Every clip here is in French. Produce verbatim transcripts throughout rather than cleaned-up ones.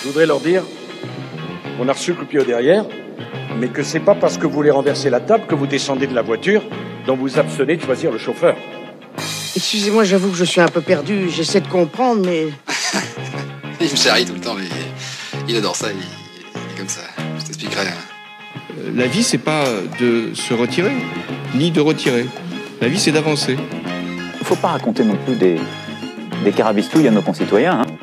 Je voudrais leur dire qu'on a reçu le coup de pied au derrière, mais que c'est pas parce que vous voulez renverser la table que vous descendez de la voiture dont vous abstenez de choisir le chauffeur. Excusez-moi, j'avoue que je suis un peu perdu. J'essaie de comprendre, mais... Il me charrie tout le temps, mais il adore ça, il, il est comme ça. Je t'expliquerai. La vie, c'est pas de se retirer, ni de retirer. La vie, c'est d'avancer. Il faut pas raconter non plus des, des carabistouilles à nos concitoyens, hein.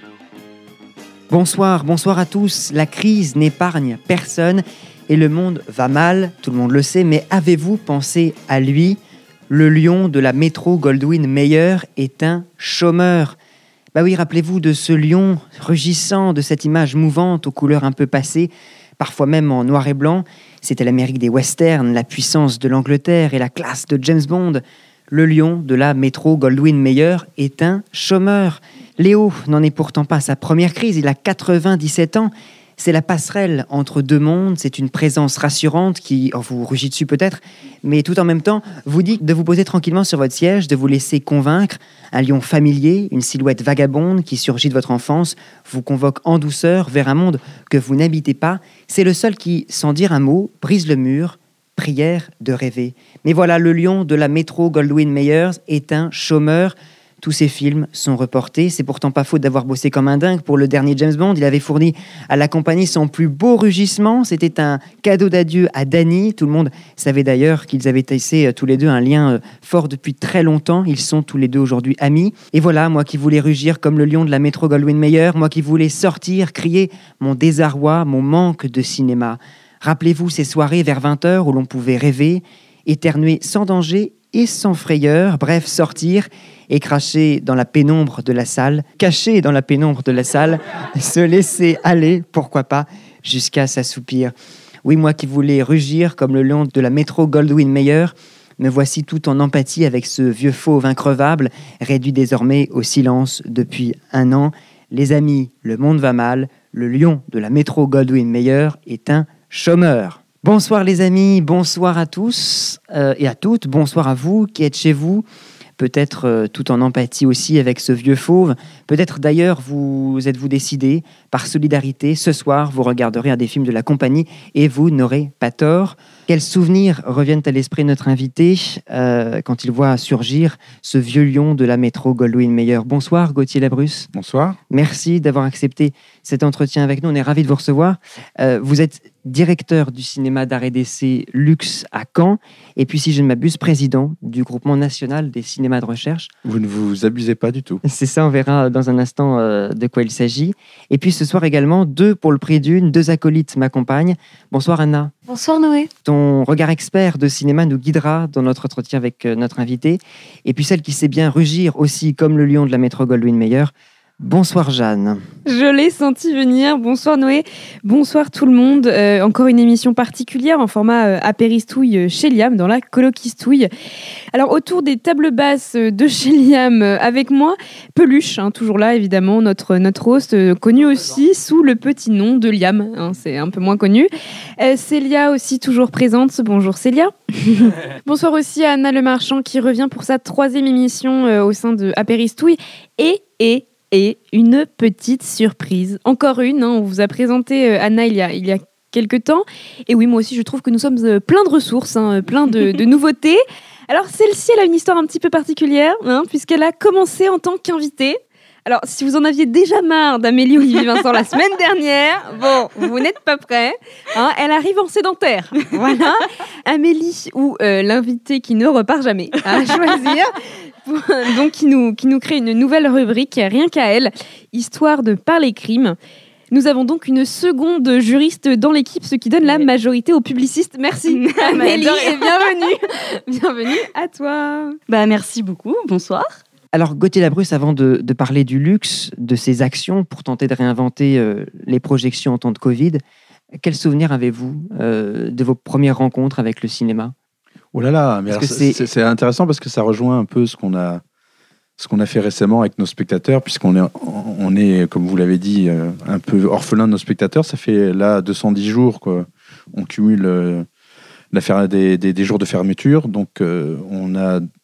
Bonsoir, bonsoir à tous. La crise n'épargne personne et le monde va mal, tout le monde le sait, mais avez-vous pensé à lui ? Le lion de la Metro-Goldwyn-Mayer est un chômeur. Bah oui, rappelez-vous de ce lion rugissant, de cette image mouvante aux couleurs un peu passées, parfois même en noir et blanc. C'était l'Amérique des westerns, la puissance de l'Angleterre et la classe de James Bond. Le lion de la Metro-Goldwyn-Mayer est un chômeur. Léo n'en est pourtant pas à sa première crise, il a quatre-vingt-dix-sept ans. C'est la passerelle entre deux mondes, c'est une présence rassurante qui oh, vous rugit dessus peut-être, mais tout en même temps vous dit de vous poser tranquillement sur votre siège, de vous laisser convaincre. Un lion familier, une silhouette vagabonde qui surgit de votre enfance, vous convoque en douceur vers un monde que vous n'habitez pas. C'est le seul qui, sans dire un mot, brise le mur. Prière de rêver. Mais voilà, le lion de la Metro-Goldwyn-Mayer est un chômeur. Tous ses films sont reportés. C'est pourtant pas faute d'avoir bossé comme un dingue pour le dernier James Bond. Il avait fourni à la compagnie son plus beau rugissement. C'était un cadeau d'adieu à Danny. Tout le monde savait d'ailleurs qu'ils avaient tissé tous les deux un lien fort depuis très longtemps. Ils sont tous les deux aujourd'hui amis. Et voilà, moi qui voulais rugir comme le lion de la Metro-Goldwyn-Mayer, moi qui voulais sortir, crier mon désarroi, mon manque de cinéma. Rappelez-vous ces soirées vers vingt heures où l'on pouvait rêver, éternuer sans danger et sans frayeur, bref, sortir et cracher dans la pénombre de la salle, cacher dans la pénombre de la salle, se laisser aller, pourquoi pas, jusqu'à s'assoupir. Oui, moi qui voulais rugir comme le lion de la Metro-Goldwyn-Mayer, me voici tout en empathie avec ce vieux fauve increvable, réduit désormais au silence depuis un an. Les amis, le monde va mal, le lion de la Metro-Goldwyn-Mayer est un chômeur. Bonsoir les amis, bonsoir à tous euh, et à toutes, bonsoir à vous qui êtes chez vous, peut-être euh, tout en empathie aussi avec ce vieux fauve. Peut-être d'ailleurs vous êtes-vous décidé, par solidarité, ce soir vous regarderez un des films de la compagnie et vous n'aurez pas tort. Quels souvenirs reviennent à l'esprit de notre invité euh, quand il voit surgir ce vieux lion de la Metro-Goldwyn-Mayer. Bonsoir Gauthier Labrusse. Bonsoir. Merci d'avoir accepté cet entretien avec nous, on est ravis de vous recevoir. Euh, vous êtes directeur du cinéma d'art et d'essai Luxe à Caen, et puis si je ne m'abuse, président du groupement national des cinémas de recherche. Vous ne vous abusez pas du tout. C'est ça, on verra dans un instant euh, de quoi il s'agit. Et puis ce soir également, deux pour le prix d'une, deux acolytes m'accompagnent. Bonsoir Anna. Bonsoir Noé. Ton regard expert de cinéma nous guidera dans notre entretien avec euh, notre invité. Et puis celle qui sait bien rugir aussi comme le lion de la Metro-Goldwyn-Mayer. Bonsoir Jeanne. Je l'ai senti venir. Bonsoir Noé. Bonsoir tout le monde. Euh, encore une émission particulière en format euh, apéristouille chez Liam dans la colloquistouille. Alors autour des tables basses de chez Liam euh, avec moi, Peluche, hein, toujours là évidemment, notre, notre host, euh, connu aussi sous le petit nom de Liam. Hein, c'est un peu moins connu. Euh, Célia aussi toujours présente. Bonjour Célia. Bonsoir aussi à Anna Lemarchand qui revient pour sa troisième émission euh, au sein de Apéristouille. Et, et, Et une petite surprise. Encore une, hein, on vous a présenté euh, Anna il y a, il y a quelques temps. Et oui, moi aussi, je trouve que nous sommes euh, plein de ressources, hein, plein de, de nouveautés. Alors, celle-ci, elle a une histoire un petit peu particulière, hein, puisqu'elle a commencé en tant qu'invitée. Alors, si vous en aviez déjà marre d'Amélie Olivier Vincent la semaine dernière, bon, vous n'êtes pas prêts. Hein, elle arrive en sédentaire. Voilà. Amélie ou euh, l'invité qui ne repart jamais, à choisir. Donc, qui nous, qui nous crée une nouvelle rubrique, rien qu'à elle, histoire de parler crime. Nous avons donc une seconde juriste dans l'équipe, ce qui donne la majorité aux publicistes. Merci Amélie et bienvenue. Bienvenue à toi. Bah, merci beaucoup, bonsoir. Alors Gauthier Labrusse, avant de, de parler du luxe, de ses actions pour tenter de réinventer euh, les projections en temps de Covid, quels souvenirs avez-vous euh, de vos premières rencontres avec le cinéma ? Oh là là, mais alors c'est... C'est, c'est intéressant parce que ça rejoint un peu ce qu'on a, ce qu'on a fait récemment avec nos spectateurs, puisqu'on est, on est, comme vous l'avez dit, un peu orphelin de nos spectateurs. Ça fait là deux cent dix jours qu'on cumule euh, la fer- des, des, des jours de fermeture. Donc euh, on a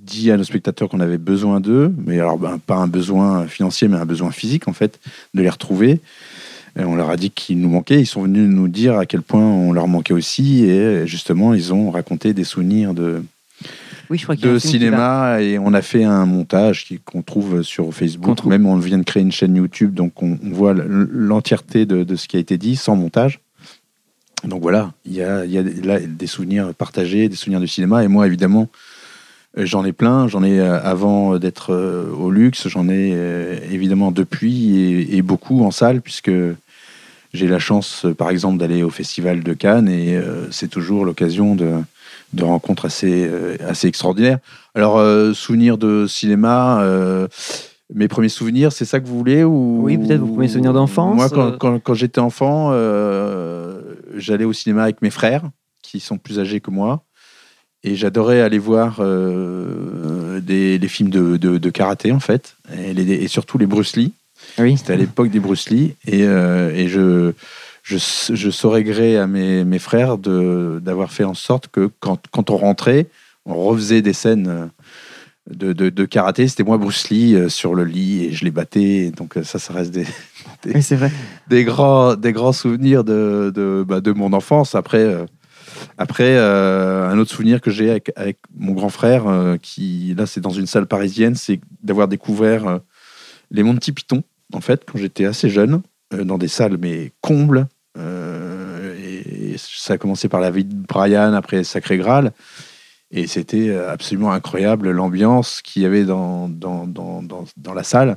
dit à nos spectateurs qu'on avait besoin d'eux, mais alors ben, pas un besoin financier, mais un besoin physique, en fait, de les retrouver. Et on leur a dit qu'ils nous manquaient. Ils sont venus nous dire à quel point on leur manquait aussi. Et justement, ils ont raconté des souvenirs de, oui, je crois qu'il y a de un film cinéma. Et on a fait un montage qui, qu'on trouve sur Facebook. trouve. Même, on vient de créer une chaîne YouTube, donc on, on voit l'entièreté de, de ce qui a été dit, sans montage. Donc voilà, il y a, il y a là des souvenirs partagés, des souvenirs du cinéma. Et moi, évidemment, j'en ai plein. J'en ai avant d'être au Luxe, j'en ai évidemment depuis et, et beaucoup en salle, puisque j'ai la chance, par exemple, d'aller au Festival de Cannes et c'est toujours l'occasion de, de rencontres assez, assez extraordinaires. Alors, euh, souvenirs de cinéma... Euh, Mes premiers souvenirs, c'est ça que vous voulez ou... Oui, peut-être vos premiers souvenirs d'enfance. Moi, quand, quand, quand j'étais enfant, euh, j'allais au cinéma avec mes frères, qui sont plus âgés que moi. Et j'adorais aller voir euh, des, des films de, de, de karaté, en fait. Et, les, et surtout les Bruce Lee. Oui. C'était à l'époque des Bruce Lee. Et, euh, et je, je, je saurais gré à mes, mes frères de, d'avoir fait en sorte que quand, quand on rentrait, on refaisait des scènes... De, de, de karaté, c'était moi Bruce Lee euh, sur le lit et je les battais, donc ça, ça reste des, des, oui, c'est vrai. des, grands, des grands souvenirs de, de, bah, de mon enfance. Après, euh, après euh, un autre souvenir que j'ai avec, avec mon grand frère, euh, qui là c'est dans une salle parisienne, c'est d'avoir découvert euh, les Monty Python, en fait, quand j'étais assez jeune, euh, dans des salles mais combles. Euh, et, et ça a commencé par la vie de Brian, après Sacré Graal. Et c'était absolument incroyable l'ambiance qu'il y avait dans, dans, dans, dans, dans la salle.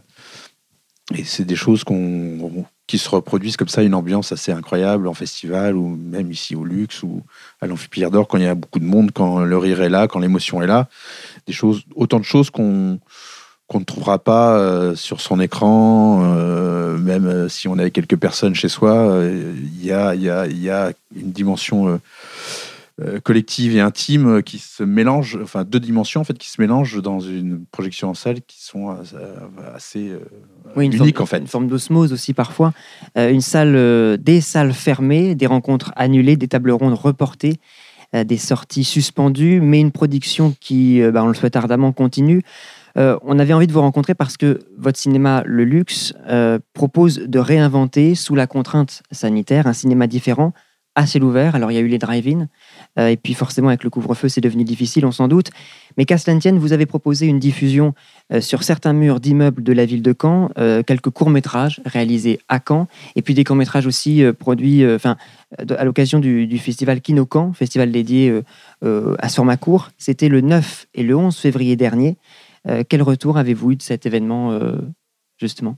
Et c'est des choses qu'on, qui se reproduisent comme ça, une ambiance assez incroyable en festival ou même ici au Luxe ou à l'Amphipierre d'Or quand il y a beaucoup de monde, quand le rire est là, quand l'émotion est là. Des choses, autant de choses qu'on, qu'on ne trouvera pas euh, sur son écran, euh, même si on avait quelques personnes chez soi. Euh, y a, y a, y a une dimension... Euh, Euh, collective et intime qui se mélangent, enfin deux dimensions en fait qui se mélangent dans une projection en salle qui sont assez euh, oui, une uniques forme, en fait. Une forme d'osmose aussi parfois. Euh, une salle, euh, des salles fermées, des rencontres annulées, des tables rondes reportées, euh, des sorties suspendues, mais une production qui, euh, bah, on le souhaite ardemment, continue. Euh, on avait envie de vous rencontrer parce que votre cinéma, Le Luxe, euh, propose de réinventer sous la contrainte sanitaire un cinéma différent, à ciel ouvert. Alors il y a eu les drive-in, euh, et puis forcément avec le couvre-feu c'est devenu difficile, on s'en doute. Mais qu'à cela ne tienne, vous avez proposé une diffusion euh, sur certains murs d'immeubles de la ville de Caen, euh, quelques courts-métrages réalisés à Caen, et puis des courts-métrages aussi euh, produits euh, à l'occasion du, du festival Kino Caen, festival dédié euh, euh, à Sur-ma-Cour. C'était le neuf et le onze février dernier. Euh, quel retour avez-vous eu de cet événement, euh, justement ?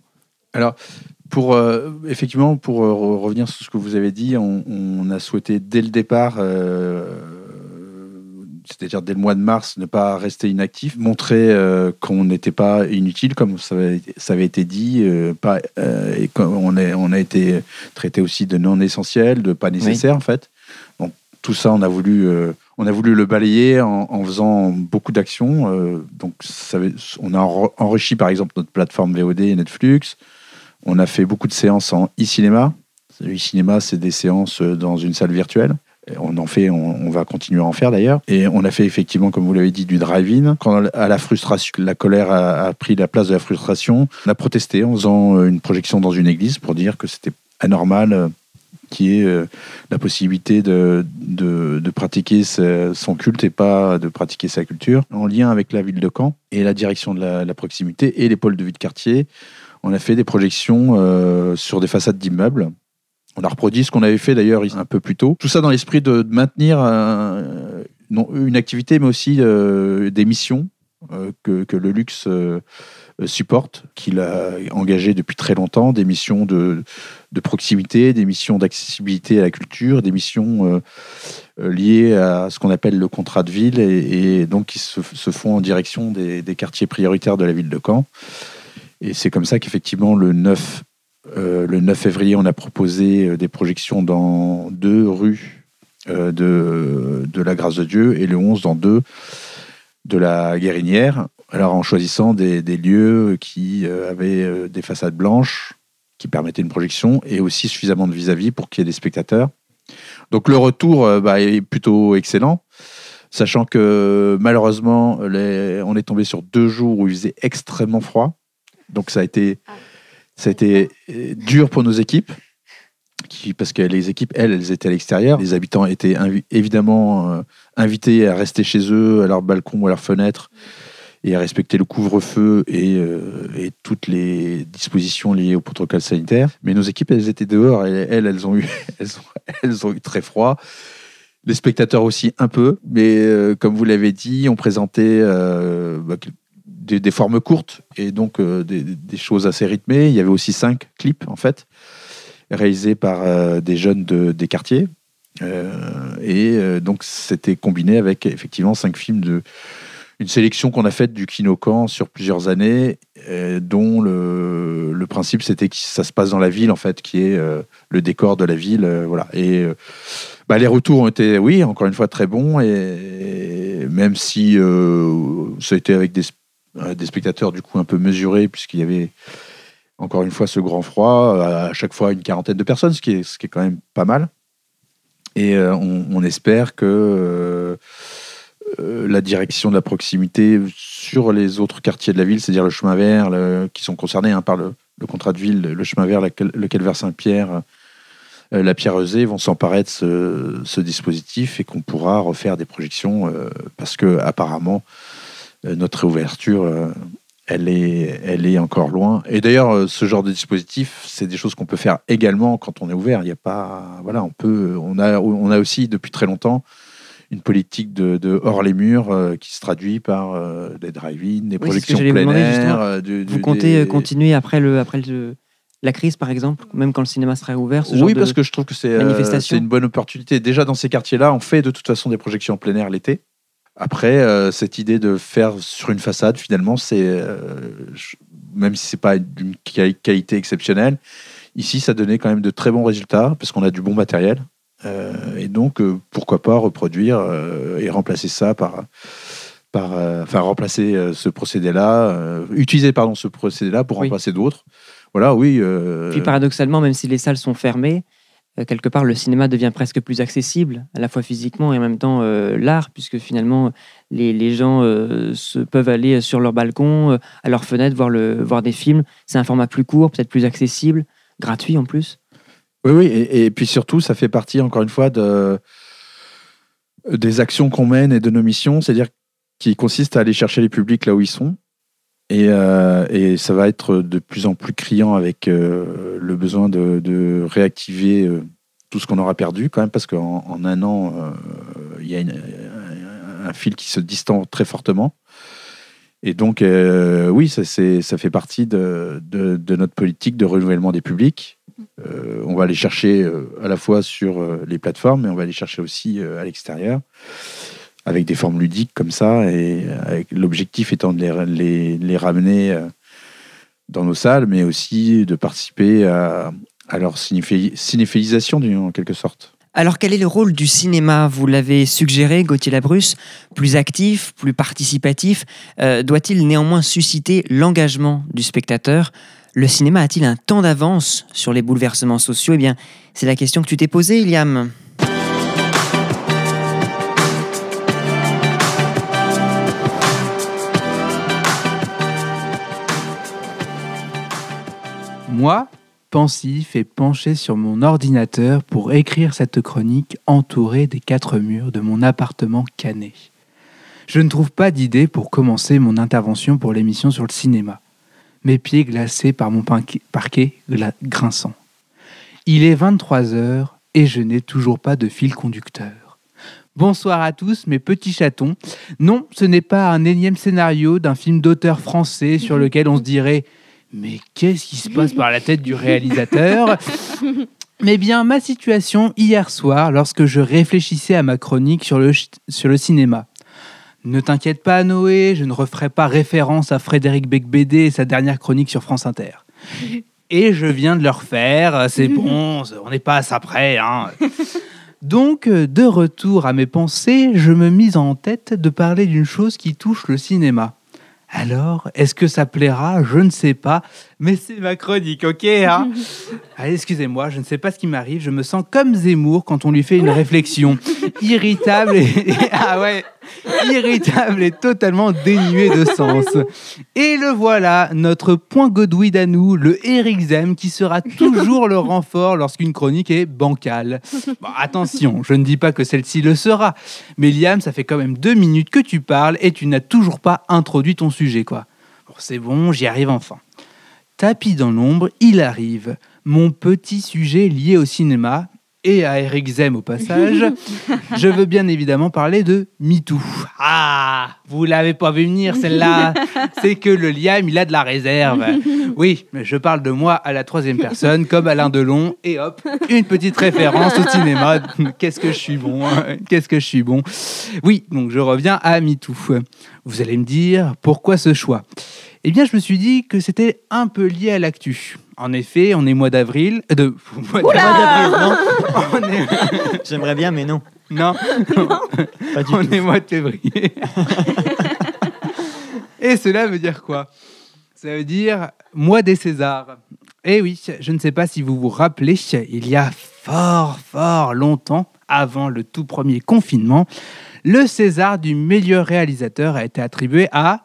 Alors, pour, euh, effectivement, pour euh, revenir sur ce que vous avez dit, on, on a souhaité dès le départ, euh, c'est-à-dire dès le mois de mars, ne pas rester inactif, montrer euh, qu'on n'était pas inutile, comme ça avait, ça avait été dit, euh, pas, euh, et on, est, on a été traité aussi de non essentiel, de pas nécessaire, oui. En fait. Donc, tout ça, on a voulu, euh, on a voulu le balayer en, en faisant beaucoup d'actions. Euh, donc, ça, on a enrichi, par exemple, notre plateforme V O D et Netflix. On a fait beaucoup de séances en e-cinéma. Le e-cinéma, c'est des séances dans une salle virtuelle. On en fait, on, on va continuer à en faire d'ailleurs. Et on a fait effectivement, comme vous l'avez dit, du drive-in. Quand à la frustration, la colère a, a pris la place de la frustration, on a protesté en faisant une projection dans une église pour dire que c'était anormal qu'il y ait la possibilité de, de, de pratiquer son culte et pas de pratiquer sa culture. En lien avec la ville de Caen et la direction de la, la proximité et les pôles de vie de quartier, on a fait des projections euh, sur des façades d'immeubles. On a reproduit ce qu'on avait fait d'ailleurs un peu plus tôt. Tout ça dans l'esprit de, de maintenir euh, non, une activité, mais aussi euh, des missions euh, que, que le Luxe euh, supporte, qu'il a engagées depuis très longtemps, des missions de, de proximité, des missions d'accessibilité à la culture, des missions euh, liées à ce qu'on appelle le contrat de ville, et, et donc qui se, se font en direction des, des quartiers prioritaires de la ville de Caen. Et c'est comme ça qu'effectivement, le neuf, euh, le neuf février, on a proposé des projections dans deux rues euh, de, de la Grâce de Dieu et le onze dans deux de la Guérinière. Alors en choisissant des, des lieux qui euh, avaient euh, des façades blanches qui permettaient une projection et aussi suffisamment de vis-à-vis pour qu'il y ait des spectateurs. Donc le retour euh, bah, est plutôt excellent. Sachant que malheureusement, les... on est tombé sur deux jours où il faisait extrêmement froid. Donc ça a été, ça a été dur pour nos équipes. Qui, parce que les équipes, elles, elles étaient à l'extérieur. Les habitants étaient invi- évidemment euh, invités à rester chez eux, à leur balcon ou à leur fenêtre, et à respecter le couvre-feu et, euh, et toutes les dispositions liées au protocole sanitaire. Mais nos équipes, elles étaient dehors, et elles, elles ont eu, elles ont, elles ont eu très froid. Les spectateurs aussi un peu, mais euh, comme vous l'avez dit, on présentait euh, bah, des, des formes courtes et donc euh, des, des choses assez rythmées. Il y avait aussi cinq clips, en fait, réalisé par euh, des jeunes de, des quartiers. Euh, et euh, donc, c'était combiné avec, effectivement, cinq films de... Une sélection qu'on a faite du Kinokan sur plusieurs années, euh, dont le, le principe, c'était que ça se passe dans la ville, en fait, qui est euh, le décor de la ville. Euh, voilà. Et euh, bah, les retours ont été, oui, encore une fois, très bons. Et, et même si euh, ça a été avec des, des spectateurs, du coup, un peu mesurés, puisqu'il y avait... Encore une fois, ce grand froid, à chaque fois une quarantaine de personnes, ce qui est, ce qui est quand même pas mal. Et euh, on, on espère que euh, euh, la direction de la proximité sur les autres quartiers de la ville, c'est-à-dire le chemin vert, le, qui sont concernés hein, par le, le contrat de ville, le chemin vert, laquelle, le calvaire Saint-Pierre, euh, la Pierre-Eusée, vont s'emparer de ce, ce dispositif et qu'on pourra refaire des projections euh, parce que apparemment euh, notre réouverture... Euh, Elle est, elle est encore loin. Et d'ailleurs, ce genre de dispositif, c'est des choses qu'on peut faire également quand on est ouvert. Il y a pas, voilà, on peut, on a, on a aussi depuis très longtemps une politique de, de hors les murs euh, qui se traduit par euh, des drive-in, des oui, projections plein demander, air. Euh, du, Vous du, comptez des... continuer après le, après le, la crise, par exemple, même quand le cinéma sera ouvert, ce oui, genre parce de que je trouve que c'est, euh, c'est une bonne opportunité. Déjà dans ces quartiers-là, on fait de toute façon des projections en plein air l'été. Après, euh, cette idée de faire sur une façade, finalement, c'est euh, je, même si c'est pas d'une qualité exceptionnelle, ici, ça donnait quand même de très bons résultats parce qu'on a du bon matériel. Euh, et donc, euh, pourquoi pas reproduire euh, et remplacer ça par, par, euh, enfin remplacer euh, ce procédé-là, euh, utiliser pardon ce procédé-là pour oui. remplacer d'autres. Voilà, oui. Euh... Puis paradoxalement, même si les salles sont fermées, quelque part, le cinéma devient presque plus accessible, à la fois physiquement et en même temps euh, l'art, puisque finalement, les, les gens euh, se, peuvent aller sur leur balcon, euh, à leur fenêtre, voir, le, voir des films. C'est un format plus court, peut-être plus accessible, gratuit en plus. Oui, oui, et, et puis surtout, ça fait partie, encore une fois, de, des actions qu'on mène et de nos missions, c'est-à-dire qui consistent à aller chercher les publics là où ils sont. Et, euh, et ça va être de plus en plus criant avec euh, le besoin de, de réactiver euh, tout ce qu'on aura perdu quand même, parce qu'en en un an, il euh, y a une, un, un fil qui se distend très fortement. Et donc, euh, oui, ça, c'est, ça fait partie de, de, de notre politique de renouvellement des publics. Euh, on va aller chercher euh, à la fois sur euh, les plateformes, mais on va aller chercher aussi euh, à l'extérieur, avec des formes ludiques comme ça, et avec l'objectif étant de les, les, les ramener dans nos salles, mais aussi de participer à, à leur cinéphé- cinéphilisation, en quelque sorte. Alors, quel est le rôle du cinéma ? Vous l'avez suggéré, Gauthier Labrusse, plus actif, plus participatif. Euh, doit-il néanmoins susciter l'engagement du spectateur ? Le cinéma a-t-il un temps d'avance sur les bouleversements sociaux ? Eh bien, c'est la question que tu t'es posée, Iliam. Moi, pensif et penché sur mon ordinateur pour écrire cette chronique entourée des quatre murs de mon appartement cané. Je ne trouve pas d'idée pour commencer mon intervention pour l'émission sur le cinéma. Mes pieds glacés par mon parquet gla- grinçant. Il est vingt-trois heures et je n'ai toujours pas de fil conducteur. Bonsoir à tous, mes petits chatons. Non, ce n'est pas un énième scénario d'un film d'auteur français sur lequel on se dirait « Mais qu'est-ce qui se passe par la tête du réalisateur ?» Mais bien, ma situation hier soir, lorsque je réfléchissais à ma chronique sur le, sur le cinéma. Ne t'inquiète pas, Noé, je ne referai pas référence à Frédéric Becbédé et sa dernière chronique sur France Inter. Et je viens de le refaire, c'est bon, on n'est pas à ça près, hein. Donc, de retour à mes pensées, je me mis en tête de parler d'une chose qui touche le cinéma. Alors, est-ce que ça plaira ? Je ne sais pas, mais c'est ma chronique, ok hein ? Allez, excusez-moi, je ne sais pas ce qui m'arrive, je me sens comme Zemmour quand on lui fait une réflexion. Irritable et... Ah ouais, irritable et totalement dénué de sens. Et le voilà, notre point Godwin à nous, le Eric Zem, qui sera toujours le renfort lorsqu'une chronique est bancale. Bon, attention, je ne dis pas que celle-ci le sera, mais Liam, ça fait quand même deux minutes que tu parles et tu n'as toujours pas introduit ton sujet, quoi. Bon, c'est bon, j'y arrive enfin. Tapis dans l'ombre, il arrive. Mon petit sujet lié au cinéma, et à Eric Zem au passage, je veux bien évidemment parler de MeToo. Ah, vous l'avez pas vu venir celle-là. C'est que le Liam, il a de la réserve. Oui, mais je parle de moi à la troisième personne, comme Alain Delon, et hop, une petite référence au cinéma. Qu'est-ce que je suis bon, hein. Qu'est-ce que je suis bon. Oui, donc je reviens à MeToo. Vous allez me dire, pourquoi ce choix ? Eh bien, je me suis dit que c'était un peu lié à l'actu. En effet, on est mois d'avril... Euh, de, mois d'avril, non on est... J'aimerais bien, mais non. Non, non. Pas du on tout. Est mois de février. Et cela veut dire quoi ? Ça veut dire mois des Césars. Eh oui, je ne sais pas si vous vous rappelez, il y a fort, fort longtemps, avant le tout premier confinement, le César du meilleur réalisateur a été attribué à...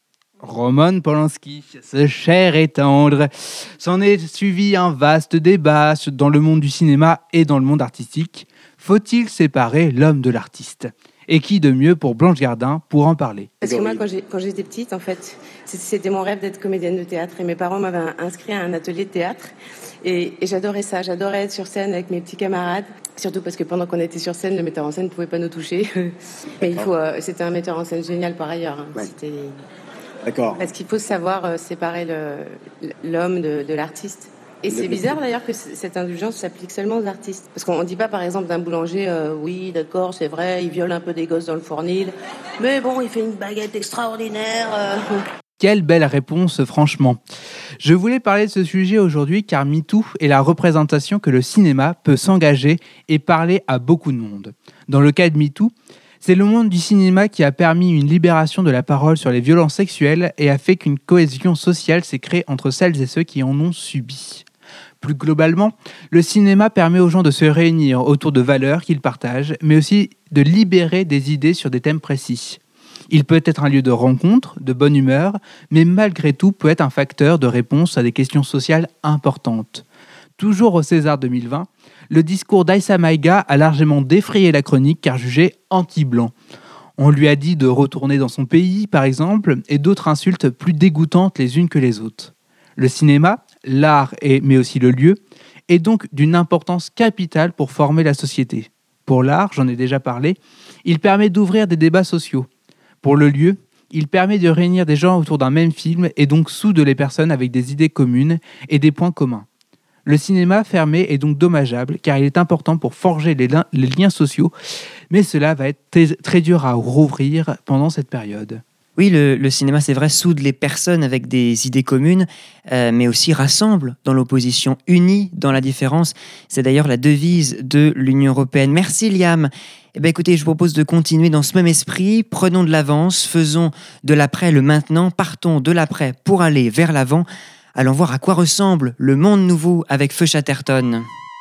Roman Polanski, ce cher et tendre. S'en est suivi un vaste débat dans le monde du cinéma et dans le monde artistique. Faut-il séparer l'homme de l'artiste ? Et qui de mieux pour Blanche Gardin pour en parler ? Parce que moi, quand, j'ai, quand j'étais petite, en fait, c'était mon rêve d'être comédienne de théâtre. Et mes parents m'avaient inscrit à un atelier de théâtre. Et, et j'adorais ça. J'adorais être sur scène avec mes petits camarades. Surtout parce que pendant qu'on était sur scène, le metteur en scène ne pouvait pas nous toucher. Mais il faut, euh, c'était un metteur en scène génial par ailleurs. Hein. Ouais. C'était... D'accord. Parce qu'il faut savoir euh, séparer le, l'homme de, de l'artiste. Et c'est bizarre d'ailleurs que c- cette indulgence s'applique seulement aux artistes. Parce qu'on ne dit pas par exemple d'un boulanger, euh, oui d'accord c'est vrai, il viole un peu des gosses dans le fournil, mais bon il fait une baguette extraordinaire. Euh... Quelle belle réponse, franchement. Je voulais parler de ce sujet aujourd'hui car MeToo est la représentation que le cinéma peut s'engager et parler à beaucoup de monde. Dans le cas de MeToo, c'est le monde du cinéma qui a permis une libération de la parole sur les violences sexuelles et a fait qu'une cohésion sociale s'est créée entre celles et ceux qui en ont subi. Plus globalement, le cinéma permet aux gens de se réunir autour de valeurs qu'ils partagent, mais aussi de libérer des idées sur des thèmes précis. Il peut être un lieu de rencontre, de bonne humeur, mais malgré tout peut être un facteur de réponse à des questions sociales importantes. Toujours au César deux mille vingt, le discours d'Aïssa Maïga a largement défrayé la chronique car jugé anti-blanc. On lui a dit de retourner dans son pays, par exemple, et d'autres insultes plus dégoûtantes les unes que les autres. Le cinéma, l'art, et, mais aussi le lieu, est donc d'une importance capitale pour former la société. Pour l'art, j'en ai déjà parlé, il permet d'ouvrir des débats sociaux. Pour le lieu, il permet de réunir des gens autour d'un même film et donc soude les personnes avec des idées communes et des points communs. Le cinéma fermé est donc dommageable car il est important pour forger les, li- les liens sociaux, mais cela va être t- très dur à rouvrir pendant cette période. Oui, le, le cinéma, c'est vrai, soude les personnes avec des idées communes, euh, mais aussi rassemble dans l'opposition, unit dans la différence. C'est d'ailleurs la devise de l'Union européenne. Merci Liam. Eh bien, écoutez, je vous propose de continuer dans ce même esprit. Prenons de l'avance, faisons de l'après le maintenant, partons de l'après pour aller vers l'avant. Allons voir à quoi ressemble le monde nouveau avec Feu Chatterton.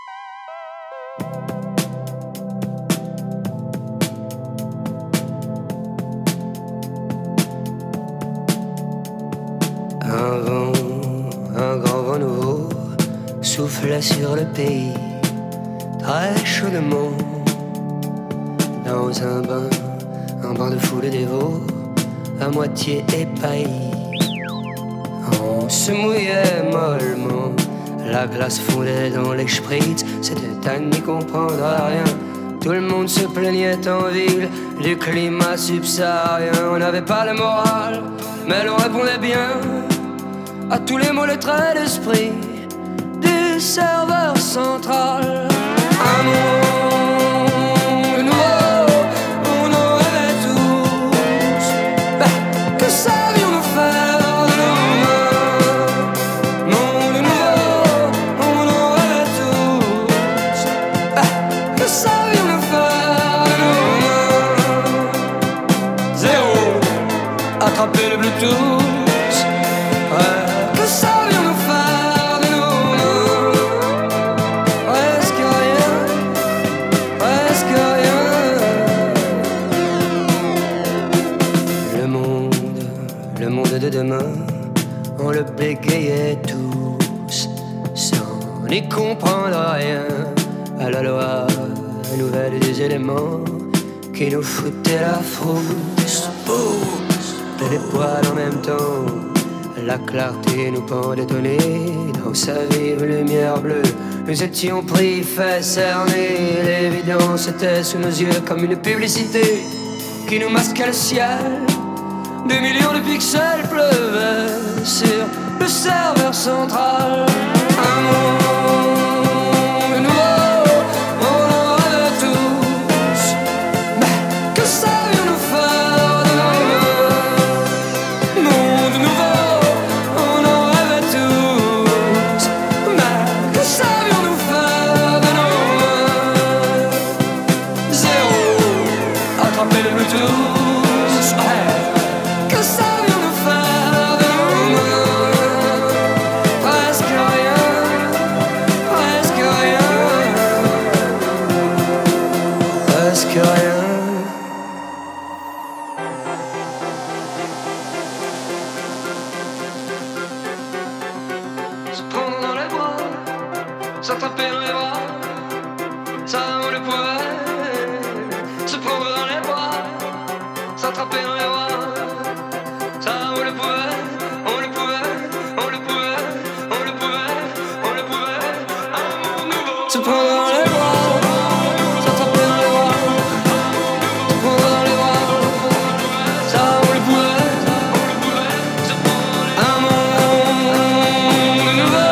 Un vent, un grand vent nouveau souffle sur le pays, très chaudement. Dans un bain, un bain de foule dévot, à moitié épaillis. On se mouillait mollement, la glace fondait dans les spritz, c'était à n'y comprendre à rien. Tout le monde se plaignait en ville du climat subsaharien. On n'avait pas le moral, mais l'on répondait bien à tous les mots, les traits d'esprit du serveur central. Un monde nouveau, on en rêvait tous. Bah, que savions-nous faire de nos mains? Monde nouveau, on en rêvait tous. Bah, que savions-nous faire de nos mains? Zéro, attraper le Bluetooth. Ouais. Que savions-nous faire de n'y comprendre rien à la loi nouvelle des éléments qui nous foutaient la frousse. Et les poils en même temps, la clarté nous pendait au nez. Dans sa vive lumière bleue, nous étions pris, fait cerner. L'évidence était sous nos yeux comme une publicité qui nous masquait le ciel. Des millions de pixels pleuvaient sur le serveur central. Un monde nouveau, on en rêve tous. Mais que savions-nous faire de nos mains? Monde nouveau, on en rêve tous. Mais que savions-nous faire de nos mains? Zéro, attraper le Bluetooth. S'attraper dans les bras, ça on le pouvait. Se prendre dans les bras, s'attraper dans les bras, ça on le pouvait, on le pouvait, on le pouvait, on le pouvait, on le pouvait. Un monde nouveau. Se prendre dans les bras, s'attraper dans les bras, se prendre dans les bras, ça on le pouvait, on le pouvait. Se prendre dans les bras. Un monde nouveau.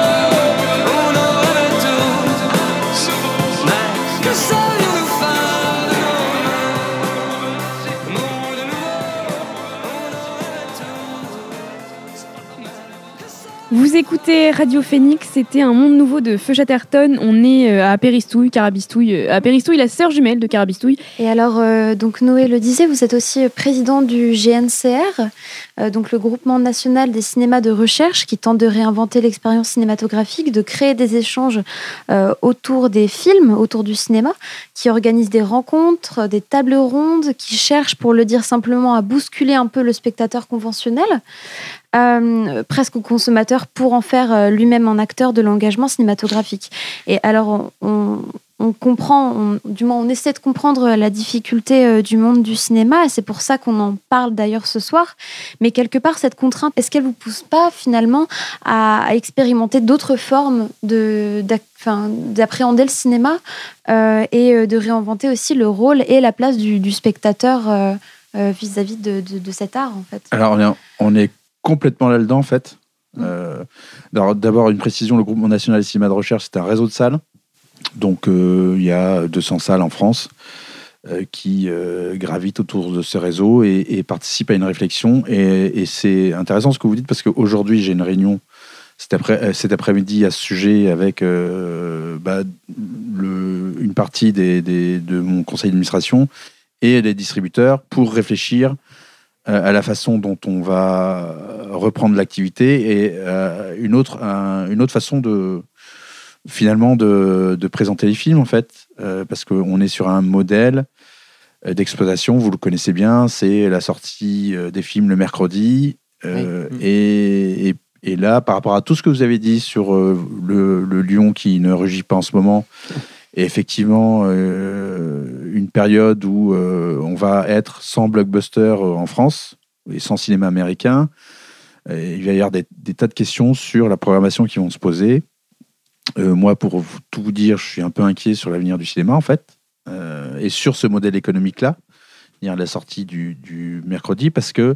Vous écoutez Radio Phoenix, c'était Un monde nouveau de Feu Chatterton. On est à Péristouille, Carabistouille, à Péristouille, la sœur jumelle de Carabistouille. Et alors, euh, donc Noé le disait, vous êtes aussi président du G N C R, euh, donc le groupement national des cinémas de recherche qui tente de réinventer l'expérience cinématographique, de créer des échanges euh, autour des films, autour du cinéma, qui organise des rencontres, des tables rondes, qui cherche, pour le dire simplement, à bousculer un peu le spectateur conventionnel. Euh, presque au consommateur pour en faire euh, lui-même un acteur de l'engagement cinématographique. Et alors, on, on, on comprend, on, du moins on essaie de comprendre la difficulté euh, du monde du cinéma, et c'est pour ça qu'on en parle d'ailleurs ce soir. Mais quelque part, cette contrainte, est-ce qu'elle ne vous pousse pas finalement à, à expérimenter d'autres formes de, d'ac, enfin, d'appréhender le cinéma euh, et de réinventer aussi le rôle et la place du, du spectateur euh, euh, vis-à-vis de, de, de cet art, en fait? Alors, on est, on est complètement là-dedans, en fait. Euh, d'abord, une précision, le Groupement national des cinémas de recherche, c'est un réseau de salles. Donc, euh, il y a deux cents salles en France euh, qui euh, gravitent autour de ce réseau et, et participent à une réflexion. Et, et c'est intéressant ce que vous dites, parce qu'aujourd'hui, j'ai une réunion cet, après, cet après-midi à ce sujet avec euh, bah, le, une partie des, des, de mon conseil d'administration et les distributeurs pour réfléchir à la façon dont on va reprendre l'activité et euh, une, autre, un, une autre façon de, finalement de, de présenter les films, en fait, euh, parce qu'on est sur un modèle d'exploitation, vous le connaissez bien, c'est la sortie des films le mercredi. Euh, oui. et, et, et là, par rapport à tout ce que vous avez dit sur euh, le, le lion qui ne rugit pas en ce moment, et effectivement, euh, une période où euh, on va être sans blockbuster en France et sans cinéma américain. Et il va y avoir des, des tas de questions sur la programmation qui vont se poser. Euh, moi, pour vous, tout vous dire, je suis un peu inquiet sur l'avenir du cinéma, en fait, euh, et sur ce modèle économique-là, c'est-à-dire la sortie du, du mercredi, parce que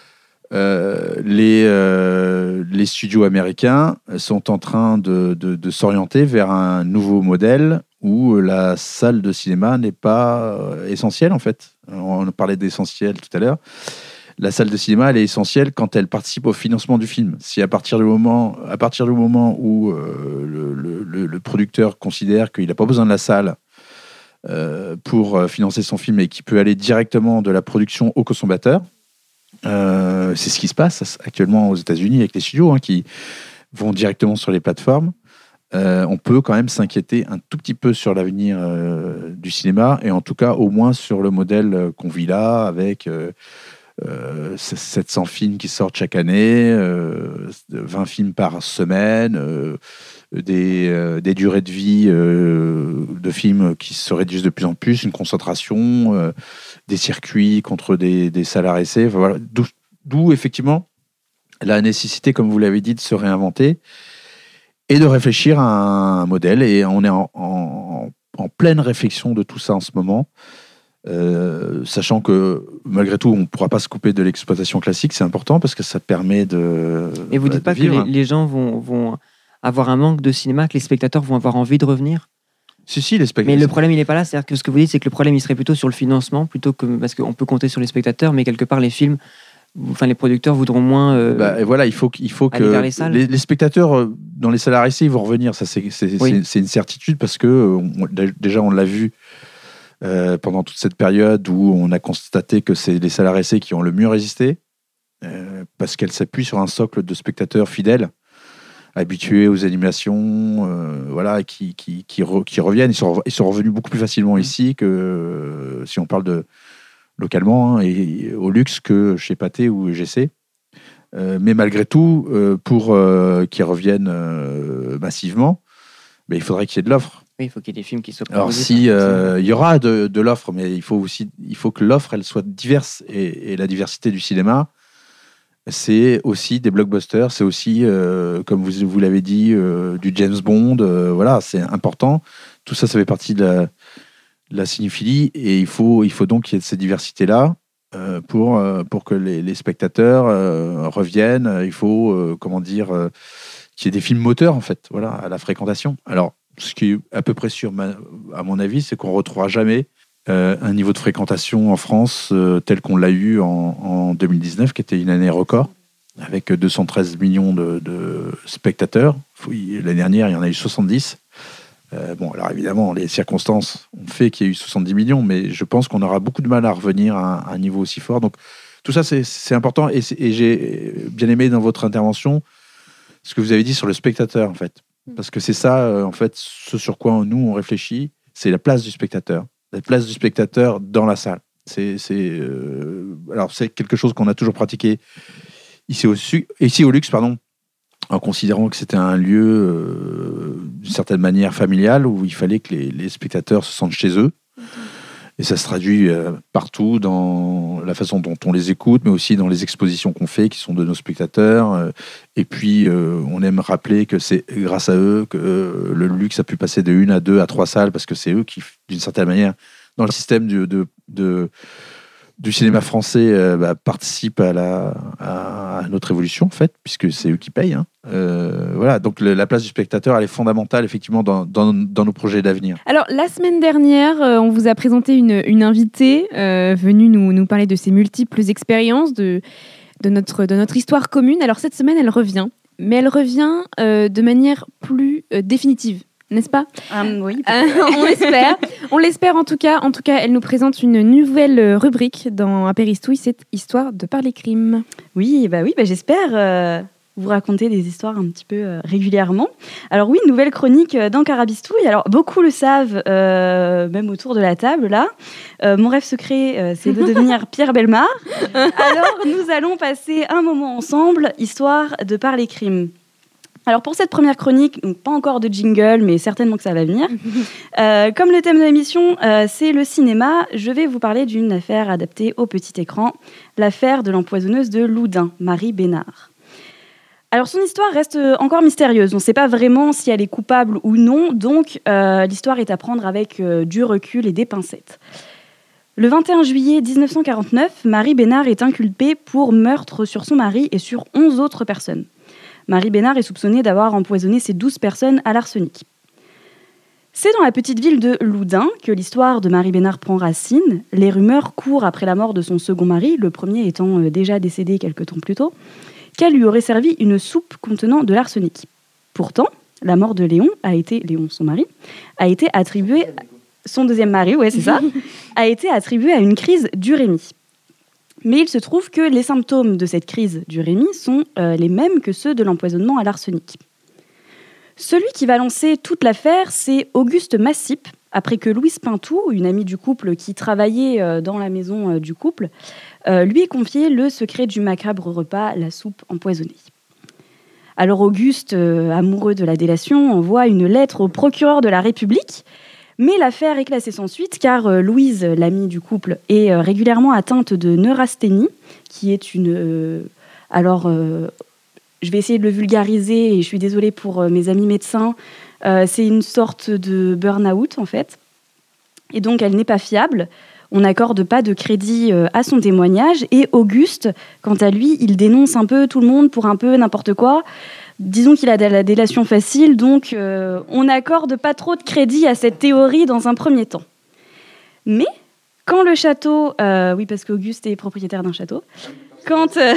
Euh, les, euh, les studios américains sont en train de, de, de s'orienter vers un nouveau modèle où la salle de cinéma n'est pas essentielle, en fait. On parlait d'essentiel tout à l'heure. La salle de cinéma, elle est essentielle quand elle participe au financement du film. Si à partir du moment, à partir du moment où euh, le, le, le producteur considère qu'il n'a pas besoin de la salle euh, pour financer son film et qu'il peut aller directement de la production au consommateur, Euh, c'est ce qui se passe actuellement aux États-Unis avec les studios hein, qui vont directement sur les plateformes. Euh, on peut quand même s'inquiéter un tout petit peu sur l'avenir euh, du cinéma et en tout cas au moins sur le modèle qu'on vit là avec euh, euh, sept cents films qui sortent chaque année, euh, vingt films par semaine, euh, des, euh, des durées de vie euh, de films qui se réduisent de plus en plus, une concentration, euh, des circuits contre des, des salles R S C. Enfin, voilà. D'où, d'où, effectivement, la nécessité, comme vous l'avez dit, de se réinventer et de réfléchir à un modèle. Et on est en, en, en pleine réflexion de tout ça en ce moment. Euh, sachant que malgré tout on ne pourra pas se couper de l'exploitation classique, c'est important parce que ça permet de. Et vous ne dites pas vivre. que les, les gens vont, vont avoir un manque de cinéma, que les spectateurs vont avoir envie de revenir? Si, si, les spectateurs. Mais le problème il n'est pas là, c'est-à-dire que ce que vous dites, c'est que le problème il serait plutôt sur le financement, plutôt que parce qu'on peut compter sur les spectateurs, mais quelque part les films, enfin les producteurs voudront moins. Euh, bah, et voilà, il faut, il faut que les, salles. les, les spectateurs dans les salles R S C ils vont revenir, ça c'est, c'est, oui. c'est, c'est une certitude parce que on, déjà on l'a vu. Euh, pendant toute cette période où on a constaté que c'est les salles R S C qui ont le mieux résisté, euh, parce qu'elles s'appuient sur un socle de spectateurs fidèles, habitués aux animations, euh, voilà, qui, qui, qui, re, qui reviennent. Ils sont, ils sont revenus beaucoup plus facilement ici que euh, si on parle de localement, hein, et, et au luxe que chez Pathé ou G C. Euh, mais malgré tout, euh, pour euh, qu'ils reviennent euh, massivement, ben, il faudrait qu'il y ait de l'offre. Oui, il faut qu'il y ait des films qui soient Alors proposés. si euh, il y aura de, de l'offre, mais il faut aussi, il faut que l'offre elle soit diverse et, et la diversité du cinéma, c'est aussi des blockbusters, c'est aussi euh, comme vous, vous l'avez dit euh, du James Bond, euh, voilà, c'est important. Tout ça, ça fait partie de la, de la cinéphilie et il faut, il faut donc qu'il y ait cette diversité là euh, pour euh, pour que les, les spectateurs euh, reviennent. Il faut euh, comment dire euh, qu'il y ait des films moteurs en fait, voilà, à la fréquentation. Alors ce qui est à peu près sûr, à mon avis, c'est qu'on ne retrouvera jamais euh, un niveau de fréquentation en France euh, tel qu'on l'a eu en, en deux mille dix-neuf, qui était une année record, avec deux cent treize millions de, de spectateurs. L'année dernière, il y en a eu soixante-dix. Euh, bon, alors évidemment, les circonstances ont fait qu'il y a eu soixante-dix millions, mais je pense qu'on aura beaucoup de mal à revenir à, à un niveau aussi fort. Donc, tout ça, c'est, c'est important. Et, c'est, et j'ai bien aimé dans votre intervention ce que vous avez dit sur le spectateur, en fait. Parce que c'est ça, euh, en fait, ce sur quoi nous, on réfléchit, c'est la place du spectateur. La place du spectateur dans la salle. C'est, c'est, euh, alors, c'est quelque chose qu'on a toujours pratiqué ici au, ici au Luxe, pardon, en considérant que c'était un lieu, euh, d'une certaine manière, familial, où il fallait que les, les spectateurs se sentent chez eux. Et ça se traduit euh, partout dans la façon dont on les écoute, mais aussi dans les expositions qu'on fait, qui sont de nos spectateurs. Euh, et puis, euh, on aime rappeler que c'est grâce à eux que euh, le Luxe a pu passer de une à deux à trois salles, parce que c'est eux qui, d'une certaine manière, dans le système de, de, de, du cinéma français, euh, bah, participent à, la, à notre évolution, en fait, puisque c'est eux qui payent. Hein. Euh, voilà, donc le, la place du spectateur, elle est fondamentale, effectivement, dans, dans, dans nos projets d'avenir. Alors, la semaine dernière, euh, on vous a présenté une, une invitée euh, venue nous, nous parler de ses multiples expériences, de, de, notre, de notre histoire commune. Alors, cette semaine, elle revient, mais elle revient euh, de manière plus euh, définitive. N'est-ce pas ? um, Oui. Euh, on l'espère. On l'espère en tout cas. En tout cas, elle nous présente une nouvelle rubrique dans Apéristouille, c'est Histoire de parler crime. Oui, bah oui, bah j'espère euh, vous raconter des histoires un petit peu euh, régulièrement. Alors oui, nouvelle chronique euh, dans Carabistouille. Alors beaucoup le savent, euh, même autour de la table là. Euh, mon rêve secret, euh, c'est de devenir Pierre Bellemare. Alors nous allons passer un moment ensemble, histoire de parler crime. Alors pour cette première chronique, donc pas encore de jingle, mais certainement que ça va venir. Euh, comme le thème de l'émission, euh, c'est le cinéma, je vais vous parler d'une affaire adaptée au petit écran, l'affaire de l'empoisonneuse de Loudun, Marie Bénard. Alors son histoire reste encore mystérieuse, on ne sait pas vraiment si elle est coupable ou non, donc euh, l'histoire est à prendre avec euh, du recul et des pincettes. Le vingt et un juillet dix-neuf cent quarante-neuf, Marie Bénard est inculpée pour meurtre sur son mari et sur onze autres personnes. Marie Bénard est soupçonnée d'avoir empoisonné ces douze personnes à l'arsenic. C'est dans la petite ville de Loudun que l'histoire de Marie Bénard prend racine. Les rumeurs courent après la mort de son second mari, le premier étant déjà décédé quelque temps plus tôt, qu'elle lui aurait servi une soupe contenant de l'arsenic. Pourtant, la mort de Léon a été, Léon, son mari, a été attribuée, son deuxième mari, ouais, c'est ça, a été attribuée à une crise d'urémie. Mais il se trouve que les symptômes de cette crise d'urémie sont euh, les mêmes que ceux de l'empoisonnement à l'arsenic. Celui qui va lancer toute l'affaire, c'est Auguste Massip, après que Louise Pintou, une amie du couple qui travaillait euh, dans la maison euh, du couple, euh, lui ait confié le secret du macabre repas, la soupe empoisonnée. Alors Auguste, euh, amoureux de la délation, envoie une lettre au procureur de la République, mais l'affaire est classée sans suite car euh, Louise, l'amie du couple, est euh, régulièrement atteinte de neurasthénie, qui est une... Euh, alors, euh, je vais essayer de le vulgariser et je suis désolée pour euh, mes amis médecins, euh, c'est une sorte de burn-out en fait, et donc elle n'est pas fiable. On n'accorde pas de crédit euh, à son témoignage, et Auguste, quant à lui, il dénonce un peu tout le monde pour un peu n'importe quoi. Disons qu'il a de la délation facile, donc euh, on n'accorde pas trop de crédit à cette théorie dans un premier temps. Mais quand le château... Euh, oui, parce qu'Auguste est propriétaire d'un château. Quand, euh,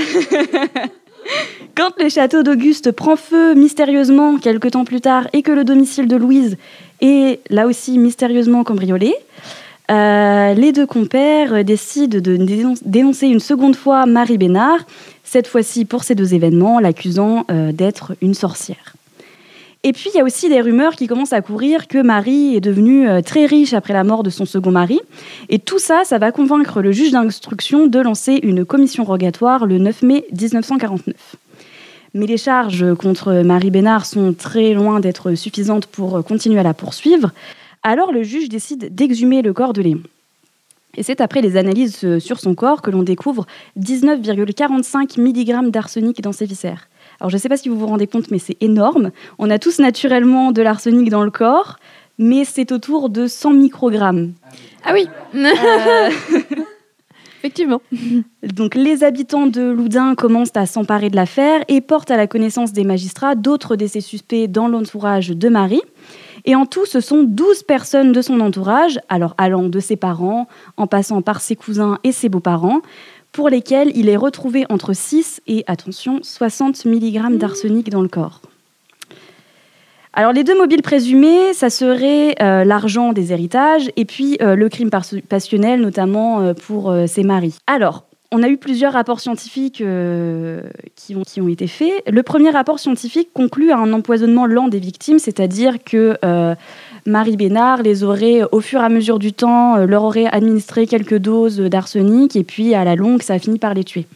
quand le château d'Auguste prend feu mystérieusement quelque temps plus tard et que le domicile de Louise est là aussi mystérieusement cambriolé, euh, les deux compères décident de dénoncer une seconde fois Marie Bénard, cette fois-ci pour ces deux événements, l'accusant euh, d'être une sorcière. Et puis, il y a aussi des rumeurs qui commencent à courir que Marie est devenue euh, très riche après la mort de son second mari. Et tout ça, ça va convaincre le juge d'instruction de lancer une commission rogatoire le neuf mai dix-neuf cent quarante-neuf. Mais les charges contre Marie Bénard sont très loin d'être suffisantes pour continuer à la poursuivre. Alors, le juge décide d'exhumer le corps de Léon. Et c'est après les analyses sur son corps que l'on découvre dix-neuf virgule quarante-cinq milligrammes d'arsenic dans ses viscères. Alors je ne sais pas si vous vous rendez compte, mais c'est énorme. On a tous naturellement de l'arsenic dans le corps, mais c'est autour de cent microgrammes. Ah oui euh... Effectivement. Donc les habitants de Loudun commencent à s'emparer de l'affaire et portent à la connaissance des magistrats d'autres de ces suspects dans l'entourage de Marie. Et en tout, ce sont douze personnes de son entourage, alors allant de ses parents, en passant par ses cousins et ses beaux-parents, pour lesquels il est retrouvé entre six et, attention, soixante milligrammes d'arsenic dans le corps. Alors les deux mobiles présumés, ça serait euh, l'argent des héritages et puis euh, le crime passionnel, notamment euh, pour euh, ses maris. Alors, on a eu plusieurs rapports scientifiques euh, qui, ont, qui ont été faits. Le premier rapport scientifique conclut à un empoisonnement lent des victimes, c'est-à-dire que euh, Marie Bénard les aurait, au fur et à mesure du temps, euh, leur aurait administré quelques doses d'arsenic, et puis à la longue, ça a fini par les tuer.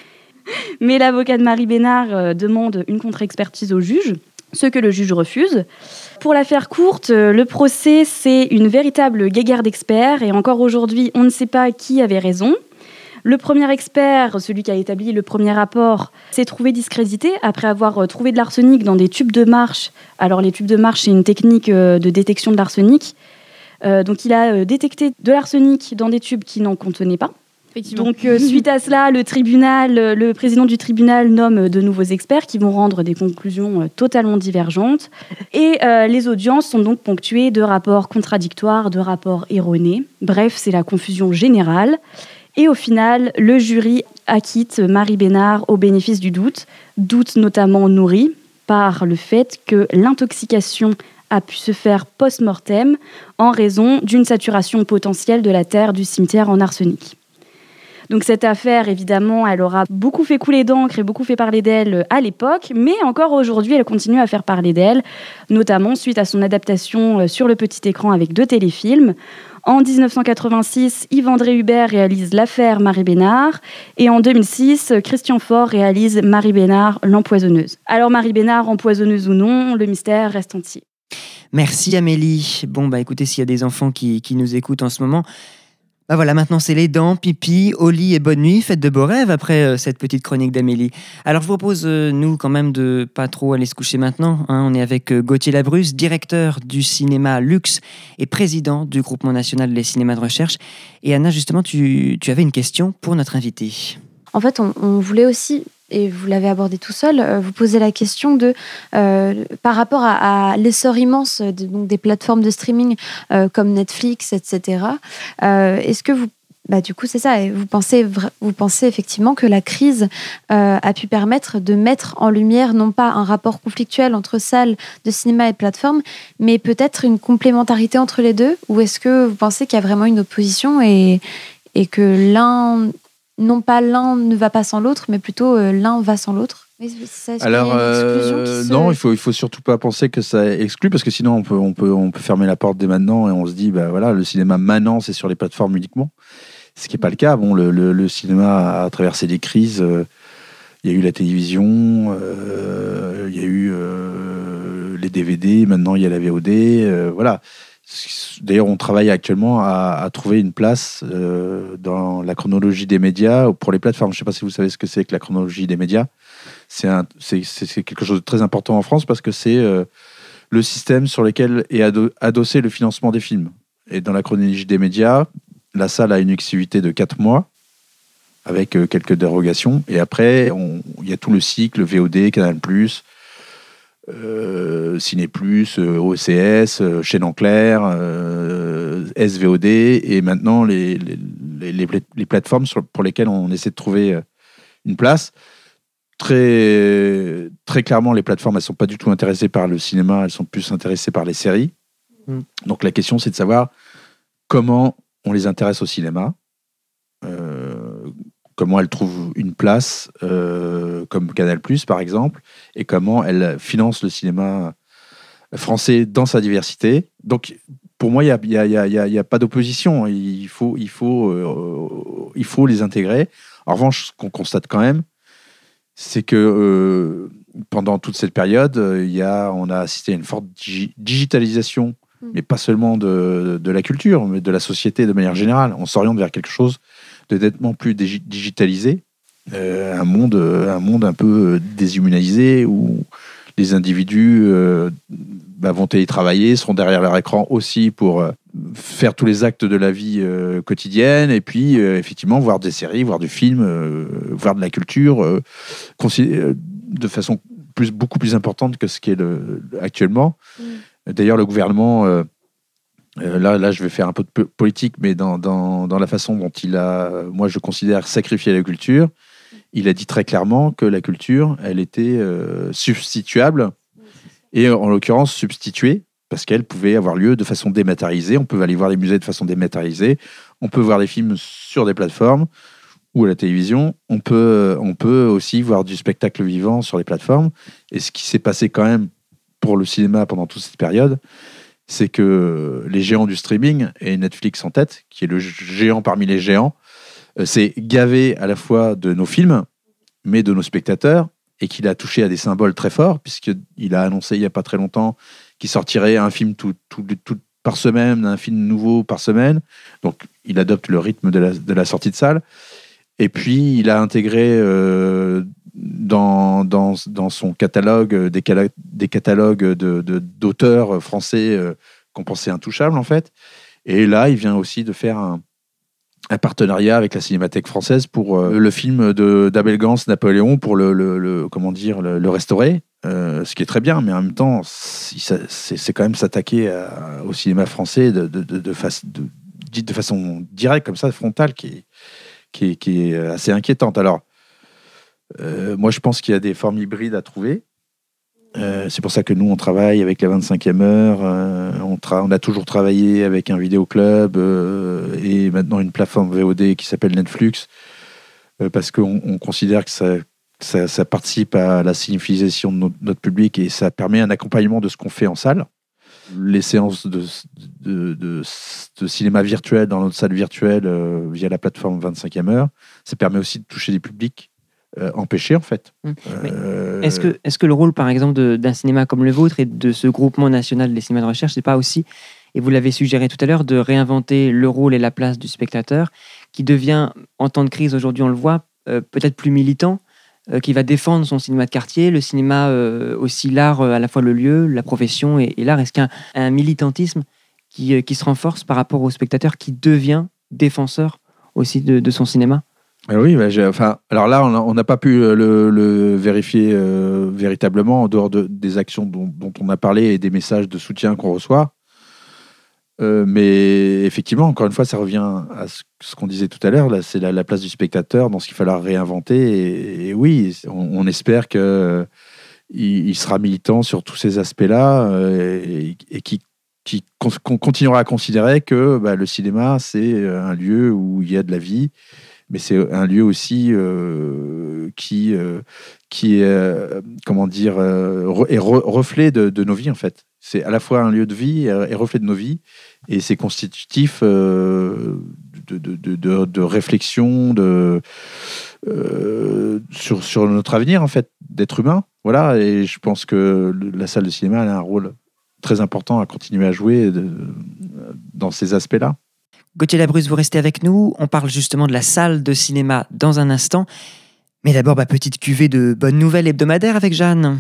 Mais l'avocat de Marie Bénard euh, demande une contre-expertise au juge, ce que le juge refuse. Pour la faire courte, le procès, c'est une véritable guéguerre d'experts, et encore aujourd'hui, on ne sait pas qui avait raison. Le premier expert, celui qui a établi le premier rapport, s'est trouvé discrédité après avoir trouvé de l'arsenic dans des tubes de marche. Alors les tubes de marche, c'est une technique de détection de l'arsenic. Euh, donc il a détecté de l'arsenic dans des tubes qui n'en contenaient pas. Donc euh, suite à cela, le tribunal, le président du tribunal nomme de nouveaux experts qui vont rendre des conclusions totalement divergentes. Et euh, les audiences sont donc ponctuées de rapports contradictoires, de rapports erronés. Bref, c'est la confusion générale. Et au final, le jury acquitte Marie Bénard au bénéfice du doute, doute notamment nourri par le fait que l'intoxication a pu se faire post-mortem en raison d'une saturation potentielle de la terre du cimetière en arsenic. Donc cette affaire, évidemment, elle aura beaucoup fait couler d'encre et beaucoup fait parler d'elle à l'époque, mais encore aujourd'hui, elle continue à faire parler d'elle, notamment suite à son adaptation sur le petit écran avec deux téléfilms. En dix-neuf cent quatre-vingt-six, Yves-André Hubert réalise l'affaire Marie Bénard, et en deux mille six, Christian Faure réalise Marie Bénard, l'empoisonneuse. Alors Marie Bénard, empoisonneuse ou non, le mystère reste entier. Merci Amélie. Bon, bah écoutez, s'il y a des enfants qui, qui nous écoutent en ce moment, bah voilà, maintenant c'est les dents, pipi, au lit et bonne nuit. Faites de beaux rêves après euh, cette petite chronique d'Amélie. Alors je vous propose, euh, nous, quand même, de pas trop aller se coucher maintenant. Hein. On est avec euh, Gauthier Labrusse, directeur du cinéma Luxe et président du groupement national des cinémas de recherche. Et Anna, justement, tu, tu avais une question pour notre invité. En fait, on, on voulait aussi, et vous l'avez abordé tout seul, euh, vous poser la question de, euh, par rapport à, à l'essor immense de, donc des plateformes de streaming euh, comme Netflix, et cetera. Euh, est-ce que vous, bah, du coup, c'est ça, et vous pensez, vous pensez effectivement que la crise euh, a pu permettre de mettre en lumière non pas un rapport conflictuel entre salles de cinéma et plateformes, mais peut-être une complémentarité entre les deux, ou est-ce que vous pensez qu'il y a vraiment une opposition et, et que l'un... non pas l'un ne va pas sans l'autre, mais plutôt euh, l'un va sans l'autre? Mais ça, est-ce Alors, qu'il y a une exclusion euh, qui se- non, il faut, il faut surtout pas penser que ça exclut, parce que sinon on peut, on peut, on peut fermer la porte dès maintenant et on se dit, bah voilà, le cinéma maintenant c'est sur les plateformes uniquement, ce qui n'est pas le cas. Bon, le, le, le cinéma a traversé des crises. euh, Il y a eu la télévision, euh, il y a eu euh, les D V D, maintenant il y a la V O D, euh, voilà. D'ailleurs, on travaille actuellement à, à trouver une place euh, dans la chronologie des médias pour les plateformes. Je ne sais pas si vous savez ce que c'est que la chronologie des médias. C'est, un, c'est, c'est, c'est quelque chose de très important en France parce que c'est euh, le système sur lequel est ado- adossé le financement des films. Et dans la chronologie des médias, la salle a une exclusivité de quatre mois avec euh, quelques dérogations. Et après, on- il y a tout le cycle V O D, Canal+, euh, Ciné+, euh, O C S, euh, Chaîne en clair, euh, S V O D, et maintenant les, les, les, les pla- les plateformes sur- pour lesquelles on essaie de trouver euh, une place. Très, très clairement, les plateformes, elles ne sont pas du tout intéressées par le cinéma, elles sont plus intéressées par les séries. Mm. Donc la question, c'est de savoir comment on les intéresse au cinéma, euh, comment elles trouvent une place, euh, comme Canal+, par exemple, et comment elles financent le cinéma français dans sa diversité. Donc, pour moi, il n'y a, il y a, il y a, il y a, il y a pas d'opposition. Il faut, il, faut, euh, il faut les intégrer. En revanche, ce qu'on constate quand même, c'est que euh, pendant toute cette période, euh, il y a, on a assisté à une forte digi- digitalisation, mais pas seulement de, de la culture, mais de la société de manière générale. On s'oriente vers quelque chose de nettement plus digi- digitalisé, euh, un, monde, un monde un peu déshumanisé où les individus euh, bah, vont télétravailler, seront derrière leur écran aussi pour euh, faire tous les actes de la vie euh, quotidienne, et puis euh, effectivement voir des séries, voir du film, euh, voir de la culture, euh, consi- euh, de façon plus, beaucoup plus importante que ce qui est le, actuellement. Mm. D'ailleurs, le gouvernement, euh, euh, là, là, je vais faire un peu de po- politique, mais dans, dans, dans la façon dont il a, moi, je considère, sacrifié la culture, il a dit très clairement que la culture, elle était euh, substituable, et en l'occurrence substituée, parce qu'elle pouvait avoir lieu de façon dématérialisée. On peut aller voir les musées de façon dématérialisée. On peut voir des films sur des plateformes ou à la télévision. On peut, on peut aussi voir du spectacle vivant sur les plateformes. Et ce qui s'est passé quand même pour le cinéma pendant toute cette période, c'est que les géants du streaming, et Netflix en tête, qui est le géant parmi les géants, euh, s'est gavé à la fois de nos films, mais de nos spectateurs, et qu'il a touché à des symboles très forts, puisqu'il a annoncé il n'y a pas très longtemps qu'il sortirait un film tout, tout, tout par semaine, un film nouveau par semaine. Donc, il adopte le rythme de la, de la sortie de salle. Et puis, il a intégré euh, dans, dans, dans son catalogue des, cala- des catalogues de, de, d'auteurs français euh, qu'on pensait intouchables, en fait. Et là, il vient aussi de faire un, un partenariat avec la Cinémathèque française pour euh, le film de, d'Abel Gance, Napoléon, pour le, le, le, comment dire, le, le restaurer. Euh, ce qui est très bien, mais en même temps, c'est, c'est quand même s'attaquer à, au cinéma français de, de, de, de, face, de, de façon directe, comme ça, frontale, qui est, qui est, qui est assez inquiétante. Alors, euh, moi, je pense qu'il y a des formes hybrides à trouver. Euh, c'est pour ça que nous, on travaille avec la vingt-cinquième heure. Euh, on, tra- on a toujours travaillé avec un vidéoclub euh, et maintenant une plateforme V O D qui s'appelle Netflix, euh, parce qu'on on considère que ça, ça, ça participe à la cinéphilisation de notre, notre public et ça permet un accompagnement de ce qu'on fait en salle. Les séances de, de, de, de cinéma virtuel dans notre salle virtuelle euh, via la plateforme vingt-cinquième heure, ça permet aussi de toucher des publics euh, empêchés, en fait. Mmh. Euh, Est-ce que, est-ce que le rôle, par exemple, de, d'un cinéma comme le vôtre et de ce groupement national des cinémas de recherche, c'est pas aussi, et vous l'avez suggéré tout à l'heure, de réinventer le rôle et la place du spectateur, qui devient, en temps de crise aujourd'hui, on le voit, euh, peut-être plus militant, euh, qui va défendre son cinéma de quartier, le cinéma euh, aussi l'art, euh, à la fois le lieu, la profession et, et l'art. Est-ce qu'il y a un, un militantisme qui, euh, qui se renforce par rapport au spectateur qui devient défenseur aussi de, de son cinéma ? Ah oui, bah j'ai, enfin, alors là, on n'a pas pu le, le vérifier euh, véritablement en dehors de, des actions dont, dont on a parlé et des messages de soutien qu'on reçoit. Euh, mais effectivement, encore une fois, ça revient à ce, ce qu'on disait tout à l'heure. Là, c'est la, la place du spectateur dans ce qu'il falloir réinventer. Et, et oui, on, on espère qu'il euh, il sera militant sur tous ces aspects-là euh, et, et qui qui qu'on continuera à considérer que bah, le cinéma, c'est un lieu où il y a de la vie, mais c'est un lieu aussi euh, qui, euh, qui est, euh, comment dire, euh, re, est re, reflet de, de nos vies, en fait. C'est à la fois un lieu de vie et, et reflet de nos vies, et c'est constitutif euh, de, de, de, de, de réflexion de, euh, sur, sur notre avenir, en fait, d'être humain. Voilà, et je pense que la salle de cinéma elle a un rôle très important à continuer à jouer de, dans ces aspects-là. Gauthier Labrusse, vous restez avec nous. On parle justement de la salle de cinéma dans un instant. Mais d'abord, bah, petite cuvée de bonnes nouvelles hebdomadaires avec Jeanne.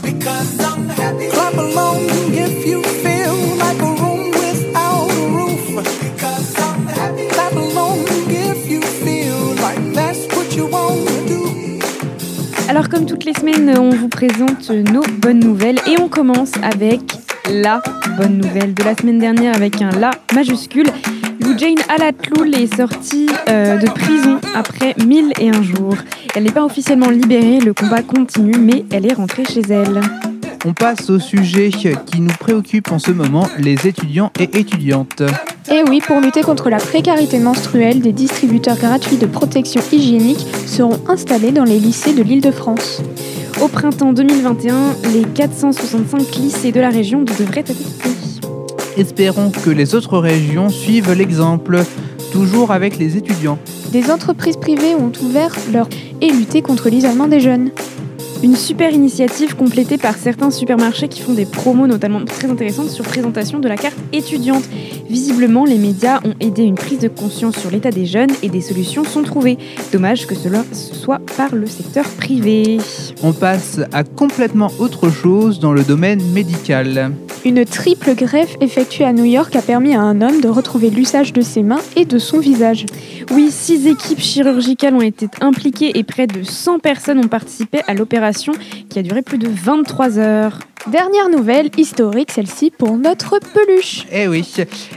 Alors comme toutes les semaines, on vous présente nos bonnes nouvelles et on commence avec la bonne nouvelle de la semaine dernière avec un la majuscule. Lou Jane Al-Hathloul est sortie euh, de prison après mille et un jours. Elle n'est pas officiellement libérée, le combat continue, mais elle est rentrée chez elle. On passe au sujet qui nous préoccupe en ce moment, les étudiants et étudiantes. Et oui, pour lutter contre la précarité menstruelle, des distributeurs gratuits de protection hygiénique seront installés dans les lycées de l'Île-de-France. Au printemps deux mille vingt et un, les quatre cent soixante-cinq lycées de la région devraient être équipés. Espérons que les autres régions suivent l'exemple, toujours avec les étudiants. Des entreprises privées ont ouvert leur et lutté contre l'isolement des jeunes. Une super initiative complétée par certains supermarchés qui font des promos notamment très intéressantes sur présentation de la carte étudiante. Visiblement, les médias ont aidé une prise de conscience sur l'état des jeunes et des solutions sont trouvées. Dommage que cela soit par le secteur privé. On passe à complètement autre chose dans le domaine médical. Une triple greffe effectuée à New York a permis à un homme de retrouver l'usage de ses mains et de son visage. Oui, six équipes chirurgicales ont été impliquées et près de cent personnes ont participé à l'opération qui a duré plus de vingt-trois heures. Dernière nouvelle, historique celle-ci pour notre peluche. Eh oui,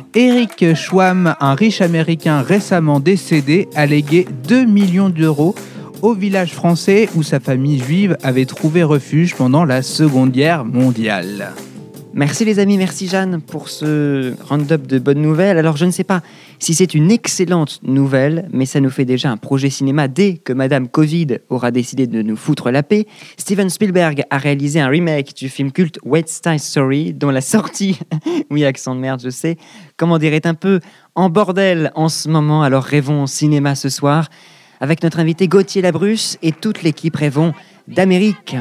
Eric Schwamm, un riche américain récemment décédé, a légué deux millions d'euros au village français où sa famille juive avait trouvé refuge pendant la Seconde Guerre mondiale. Merci les amis, merci Jeanne pour ce round-up de bonnes nouvelles. Alors je ne sais pas si c'est une excellente nouvelle, mais ça nous fait déjà un projet cinéma dès que Madame Covid aura décidé de nous foutre la paix. Steven Spielberg a réalisé un remake du film culte West Side Story, dont la sortie, oui accent de merde je sais, comment dire, est un peu en bordel en ce moment. Alors rêvons cinéma ce soir avec notre invité Gauthier Labrusse et toute l'équipe Rêvons d'Amérique.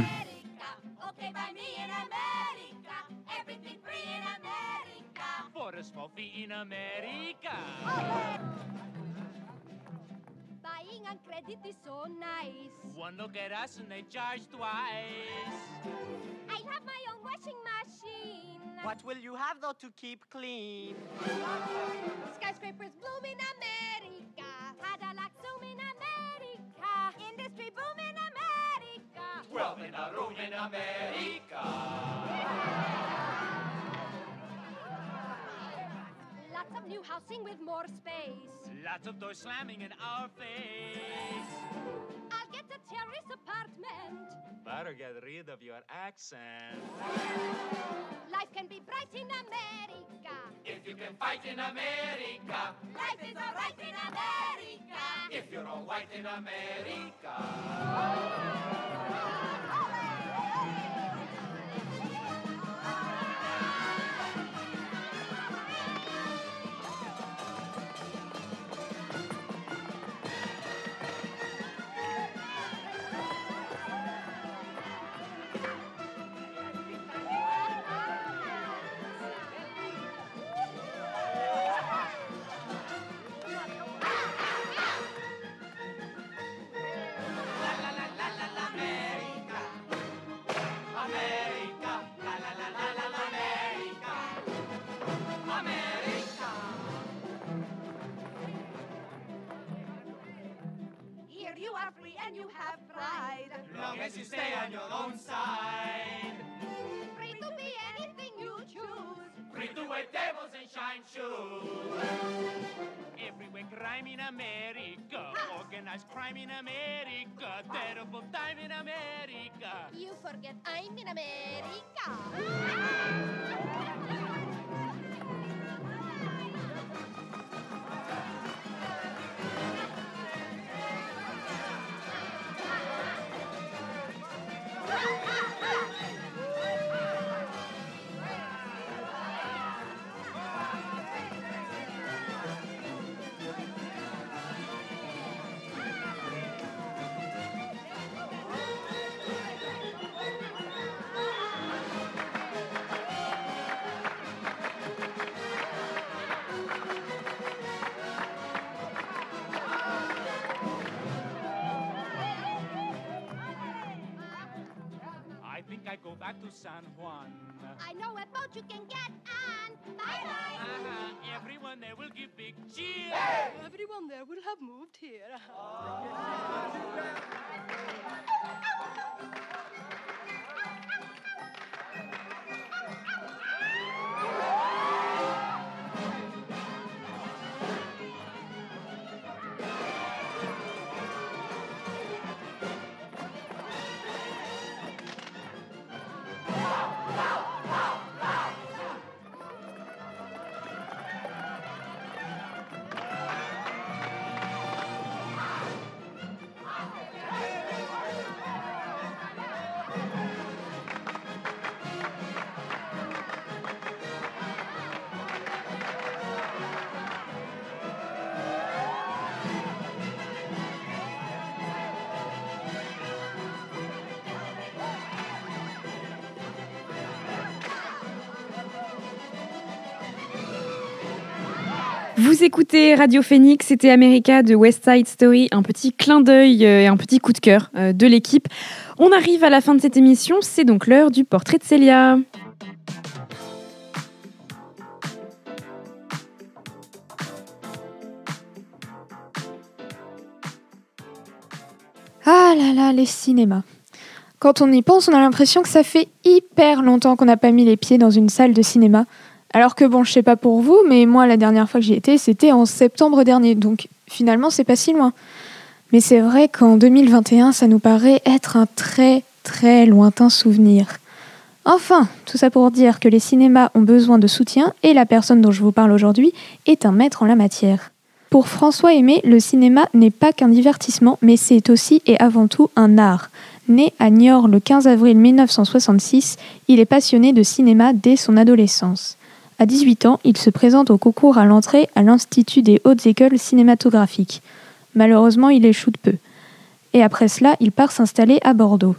In America. Buying on credit is so nice. One look at us and they charge twice. I have my own washing machine. What will you have though to keep clean? Skyscrapers bloom in America. Cadillac zoom in America. Industry boom in America. Twelve in a room in America. Lots of new housing with more space. Lots of doors slamming in our face. I'll get a terrace apartment. Better get rid of your accent. Life can be bright in America. If you can fight in America. Life is alright in America. If you're all white in America. And you have pride. Long as you stay on your own side. Free to be anything you choose. Free to wear tables and shine shoes. Everywhere crime in America. Ha! Organized crime in America. Terrible time in America. You forget I'm in America. San Juan. I know a boat you can get on. Bye bye. Uh-huh. Everyone there will give big cheer. Hey! Everyone there will have moved here. Vous écoutez Radio Phoenix, c'était America de West Side Story, un petit clin d'œil et un petit coup de cœur de l'équipe. On arrive à la fin de cette émission, c'est donc l'heure du portrait de Célia. Ah là là, les cinémas. Quand on y pense, on a l'impression que ça fait hyper longtemps qu'on n'a pas mis les pieds dans une salle de cinéma. Alors que bon, je sais pas pour vous, mais moi, la dernière fois que j'y étais, c'était en septembre dernier. Donc finalement, c'est pas si loin. Mais c'est vrai qu'en deux mille vingt et un, ça nous paraît être un très très lointain souvenir. Enfin, tout ça pour dire que les cinémas ont besoin de soutien et la personne dont je vous parle aujourd'hui est un maître en la matière. Pour François Aimé, le cinéma n'est pas qu'un divertissement, mais c'est aussi et avant tout un art. Né à Niort le quinze avril mille neuf cent soixante-six, il est passionné de cinéma dès son adolescence. À dix-huit ans, il se présente au concours à l'entrée à l'Institut des hautes écoles cinématographiques. Malheureusement, il échoue de peu. Et après cela, il part s'installer à Bordeaux.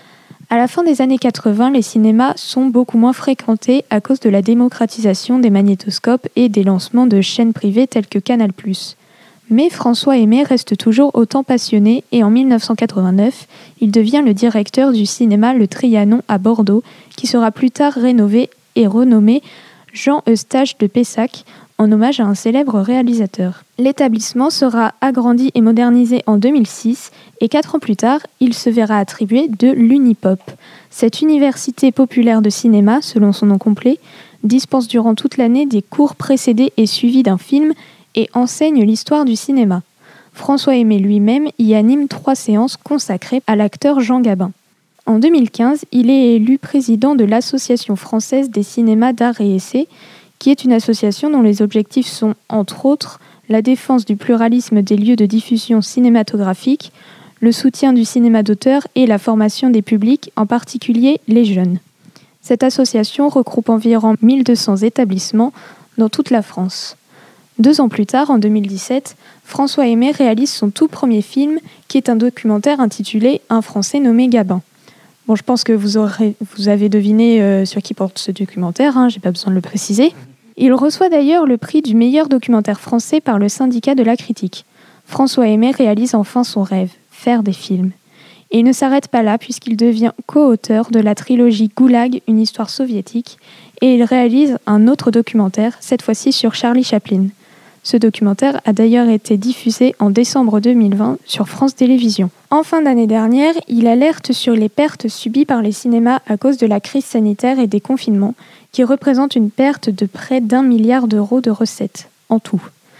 À la fin des années quatre-vingts, les cinémas sont beaucoup moins fréquentés à cause de la démocratisation des magnétoscopes et des lancements de chaînes privées telles que Canal plus. Mais François Aimé reste toujours autant passionné et en mille neuf cent quatre-vingt-neuf, il devient le directeur du cinéma Le Trianon à Bordeaux, qui sera plus tard rénové et renommé Jean-Eustache de Pessac, en hommage à un célèbre réalisateur. L'établissement sera agrandi et modernisé en deux mille six et quatre ans plus tard, il se verra attribuer de l'Unipop. Cette université populaire de cinéma, selon son nom complet, dispense durant toute l'année des cours précédés et suivis d'un film et enseigne l'histoire du cinéma. François Aimé lui-même y anime trois séances consacrées à l'acteur Jean Gabin. En deux mille quinze, il est élu président de l'Association française des cinémas d'art et essai, qui est une association dont les objectifs sont, entre autres, la défense du pluralisme des lieux de diffusion cinématographique, le soutien du cinéma d'auteur et la formation des publics, en particulier les jeunes. Cette association regroupe environ mille deux cents établissements dans toute la France. Deux ans plus tard, en deux mille dix-sept, François Aimé réalise son tout premier film, qui est un documentaire intitulé « Un Français nommé Gabin ». Bon, je pense que vous, aurez, vous avez deviné euh, sur qui porte ce documentaire, hein, j'ai pas besoin de le préciser. Il reçoit d'ailleurs le prix du meilleur documentaire français par le syndicat de la critique. François Aimé réalise enfin son rêve, faire des films. Et il ne s'arrête pas là puisqu'il devient co-auteur de la trilogie Goulag, une histoire soviétique, et il réalise un autre documentaire, cette fois-ci sur Charlie Chaplin. Ce documentaire a d'ailleurs été diffusé en décembre deux mille vingt sur France Télévisions. En fin d'année dernière, il alerte sur les pertes subies par les cinémas à cause de la crise sanitaire et des confinements, qui représentent une perte de près d'un milliard d'euros de recettes, en tout.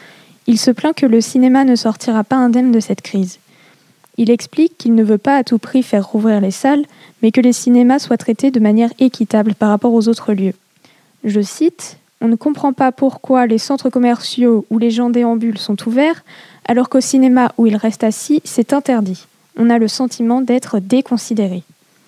Il se plaint que le cinéma ne sortira pas indemne de cette crise. Il explique qu'il ne veut pas à tout prix faire rouvrir les salles, mais que les cinémas soient traités de manière équitable par rapport aux autres lieux. Je cite « On ne comprend pas pourquoi les centres commerciaux où les gens déambulent sont ouverts, alors qu'au cinéma où ils restent assis, c'est interdit. On a le sentiment d'être déconsidéré. »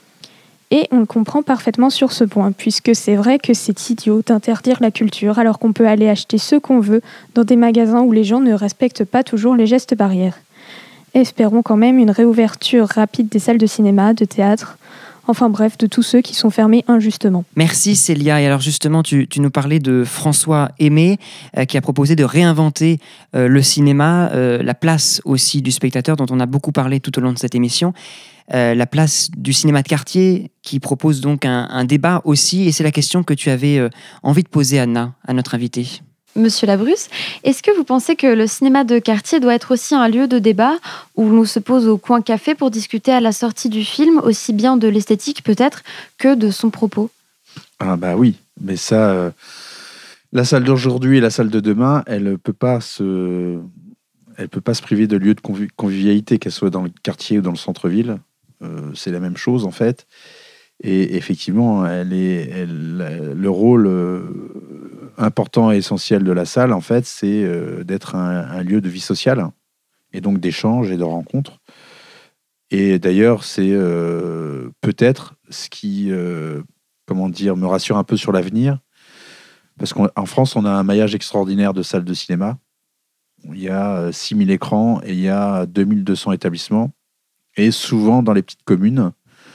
Et on le comprend parfaitement sur ce point, puisque c'est vrai que c'est idiot d'interdire la culture alors qu'on peut aller acheter ce qu'on veut dans des magasins où les gens ne respectent pas toujours les gestes barrières. Espérons quand même une réouverture rapide des salles de cinéma, de théâtre, enfin bref, de tous ceux qui sont fermés injustement. Merci Célia. Et alors justement, tu, tu nous parlais de François Aimé, euh, qui a proposé de réinventer euh, le cinéma, euh, la place aussi du spectateur, dont on a beaucoup parlé tout au long de cette émission. euh, la place du cinéma de quartier, qui propose donc un, un débat aussi. Et c'est la question que tu avais euh, envie de poser, Anna, à notre invitée. Monsieur Labrusse, est-ce que vous pensez que le cinéma de quartier doit être aussi un lieu de débat où l'on se pose au coin café pour discuter à la sortie du film, aussi bien de l'esthétique peut-être que de son propos ? Ah bah oui, mais ça, euh, la salle d'aujourd'hui et la salle de demain, elle ne peut pas se, elle peut pas se priver de lieux de convi- convivialité, qu'elle soit dans le quartier ou dans le centre-ville. Euh, c'est la même chose en fait. Et effectivement, elle est, elle, le rôle euh, important et essentiel de la salle, en fait, c'est euh, d'être un, un lieu de vie sociale, et donc d'échange et de rencontre. Et d'ailleurs, c'est euh, peut-être ce qui, euh, comment dire, me rassure un peu sur l'avenir, parce qu'en France, on a un maillage extraordinaire de salles de cinéma. Il y a six mille écrans et il y a deux mille deux cents établissements, et souvent dans les petites communes.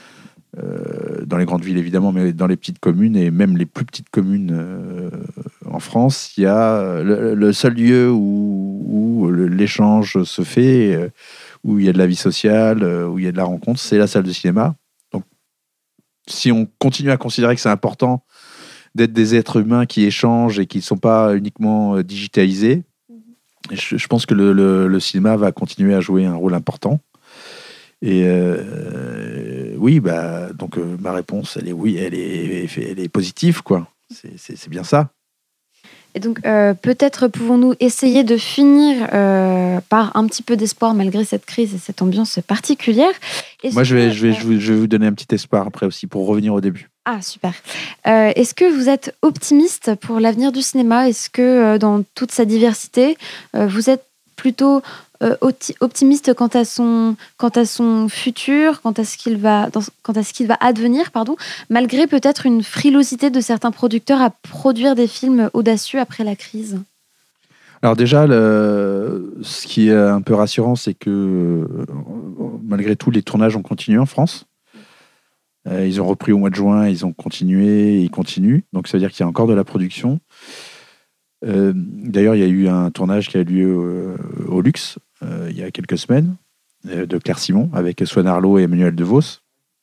Euh, dans les grandes villes évidemment, mais dans les petites communes et même les plus petites communes euh, en France, il y a le, le seul lieu où, où l'échange se fait, euh, où il y a de la vie sociale, euh, où il y a de la rencontre, c'est la salle de cinéma. Donc, si on continue à considérer que c'est important d'être des êtres humains qui échangent et qui ne sont pas uniquement euh, digitalisés, je, je pense que le, le, le cinéma va continuer à jouer un rôle important. Et euh, oui, bah, donc euh, ma réponse, elle est oui, elle est, elle est positive, quoi. C'est, c'est, c'est bien ça. Et donc, euh, peut-être pouvons-nous essayer de finir euh, par un petit peu d'espoir malgré cette crise et cette ambiance particulière. Est-ce Moi, je vais, que, je, vais, euh... je, vais, je vais vous donner un petit espoir après aussi, pour revenir au début. Ah, super. Euh, est-ce que vous êtes optimiste pour l'avenir du cinéma ? Est-ce que, euh, dans toute sa diversité, euh, vous êtes plutôt euh, optimiste quant à son quant à son futur, quant à ce qu'il va dans, quant à ce qu'il va advenir, pardon, malgré peut-être une frilosité de certains producteurs à produire des films audacieux après la crise. Alors déjà, le, ce qui est un peu rassurant, c'est que malgré tout, les tournages ont continué en France. Euh, ils ont repris au mois de juin, ils ont continué, ils continuent. Donc ça veut dire qu'il y a encore de la production. Euh, d'ailleurs, il y a eu un tournage qui a eu lieu euh, au Luxe euh, il y a quelques semaines, euh, de Claire Simon, avec Swan Arlo et Emmanuel DeVos.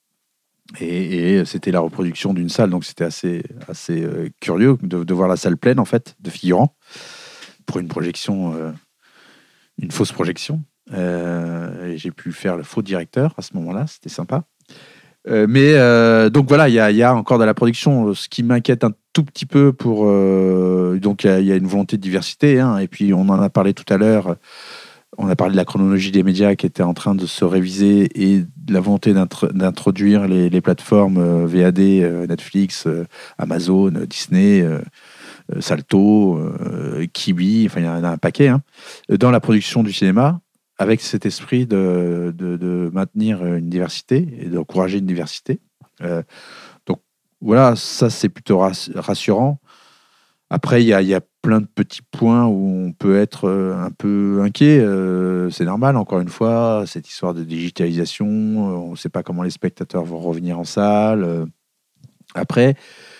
Et, et c'était la reproduction d'une salle, donc c'était assez, assez euh, curieux de, de voir la salle pleine, en fait, de figurants, pour une projection, euh, une fausse projection. Euh, et j'ai pu faire le faux directeur à ce moment-là, c'était sympa. Euh, mais euh, donc voilà, il y, y a encore de la production. Ce qui m'inquiète un tout petit peu pour euh, donc il y, y a une volonté de diversité, hein, et puis on en a parlé tout à l'heure. On a parlé de la chronologie des médias qui était en train de se réviser et de la volonté d'intro- d'introduire les, les plateformes euh, V A D, euh, Netflix, euh, Amazon, euh, Disney, euh, euh, Salto, euh, Quibi. Enfin, il y en a un paquet, hein, dans la production du cinéma, avec cet esprit de, de, de maintenir une diversité et d'encourager une diversité. Euh, donc voilà, ça c'est plutôt rassurant. Après, il y a, y a plein de petits points où on peut être un peu inquiet. Euh, c'est normal, encore une fois, cette histoire de digitalisation, on ne sait pas comment les spectateurs vont revenir en salle. Après,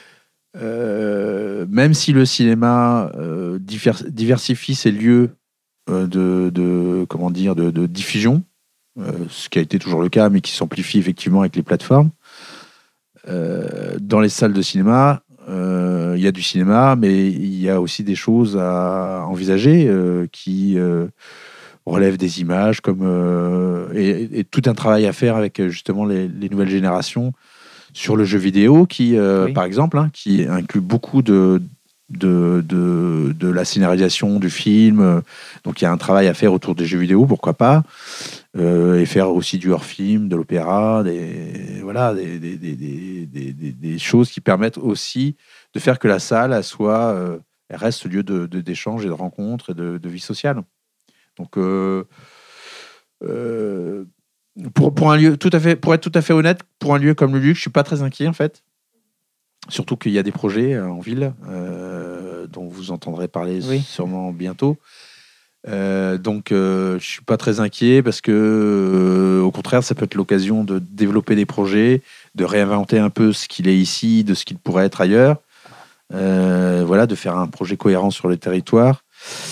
euh, même si le cinéma euh, divers, diversifie ses lieux De, de comment dire de, de diffusion, euh, ce qui a été toujours le cas, mais qui s'amplifie effectivement avec les plateformes. Euh, dans les salles de cinéma, euh, il y a du cinéma, mais il y a aussi des choses à envisager euh, qui euh, relèvent des images, comme euh, et, et tout un travail à faire avec justement les, les nouvelles générations sur le jeu vidéo, qui, euh, oui. par exemple, hein, qui inclut beaucoup de De, de, de la scénarisation du film. Donc il y a un travail à faire autour des jeux vidéo, pourquoi pas, euh, et faire aussi du hors-film, de l'opéra, des, voilà, des, des, des, des, des, des choses qui permettent aussi de faire que la salle elle soit, euh, elle reste lieu de, de, d'échange et de rencontre et de, de vie sociale. Donc euh, euh, pour, pour, un lieu, tout à fait, pour être tout à fait honnête, pour un lieu comme le Luxe, je ne suis pas très inquiet en fait. Surtout qu'il y a des projets en ville euh, dont vous entendrez parler oui. sûrement bientôt. Euh, donc, euh, je ne suis pas très inquiet parce que, euh, au contraire, ça peut être l'occasion de développer des projets, de réinventer un peu ce qu'il est ici, de ce qu'il pourrait être ailleurs. Euh, voilà, de faire un projet cohérent sur le territoire.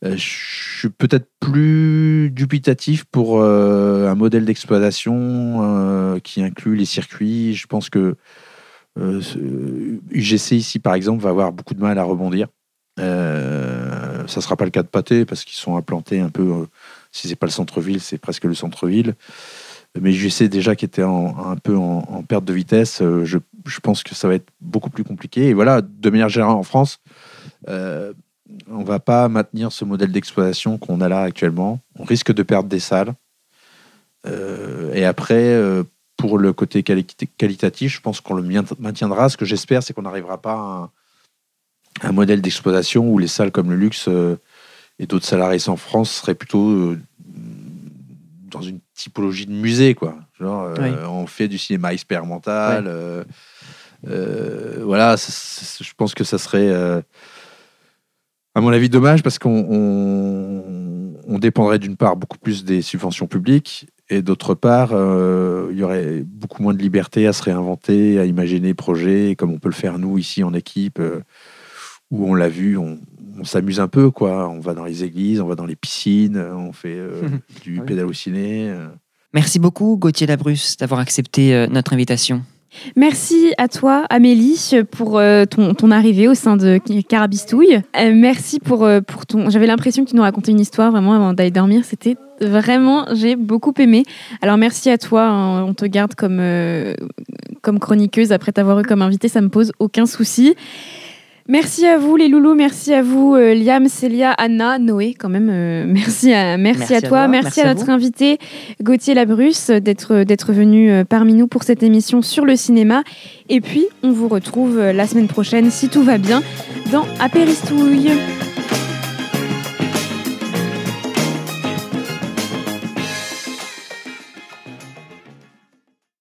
Euh, je suis peut-être plus dubitatif pour euh, un modèle d'exploitation euh, qui inclut les circuits. Je pense que euh, U G C ici, par exemple, va avoir beaucoup de mal à rebondir. Euh, ça ne sera pas le cas de Pathé parce qu'ils sont implantés un peu, euh, si ce n'est pas le centre-ville, c'est presque le centre-ville. Mais U G C déjà qui était en, un peu en, en perte de vitesse, euh, je, je pense que ça va être beaucoup plus compliqué. Et voilà, de manière générale en France, euh, on ne va pas maintenir ce modèle d'exploitation qu'on a là actuellement. On risque de perdre des salles. Euh, et après, euh, pour le côté quali- qualitatif, je pense qu'on le maintiendra. Ce que j'espère, c'est qu'on n'arrivera pas à un, un modèle d'exploitation où les salles comme le Luxe euh, et d'autres salariés en France seraient plutôt euh, dans une typologie de musée, quoi. Genre, euh, oui. On fait du cinéma expérimental. Ouais. Euh, euh, voilà, c'est, c'est, je pense que ça serait... Euh, à mon avis, dommage parce qu'on on, on dépendrait d'une part beaucoup plus des subventions publiques et d'autre part, euh, il y aurait beaucoup moins de liberté à se réinventer, à imaginer des projets comme on peut le faire nous ici en équipe, euh, où on l'a vu, on, on s'amuse un peu, quoi. On va dans les églises, on va dans les piscines, on fait euh, du oui. pédalo ciné. Euh. Merci beaucoup, Gauthier Labrusse, d'avoir accepté euh, notre invitation. Merci à toi, Amélie, pour euh, ton, ton arrivée au sein de Carabistouille. Euh, merci pour, euh, pour ton... J'avais l'impression que tu nous racontais une histoire vraiment avant d'aller dormir. C'était vraiment... J'ai beaucoup aimé. Alors, merci à toi. Hein, on te garde comme, euh, comme chroniqueuse. Après t'avoir eu comme invitée, ça me pose aucun souci. Merci à vous les loulous, merci à vous euh, Liam, Célia, Anna, Noé quand même. Euh, merci à merci, merci à toi, à merci, merci à, à notre invité Gauthier Labrusse d'être d'être venu euh, parmi nous pour cette émission sur le cinéma. Et puis on vous retrouve euh, la semaine prochaine si tout va bien dans Apéristouille.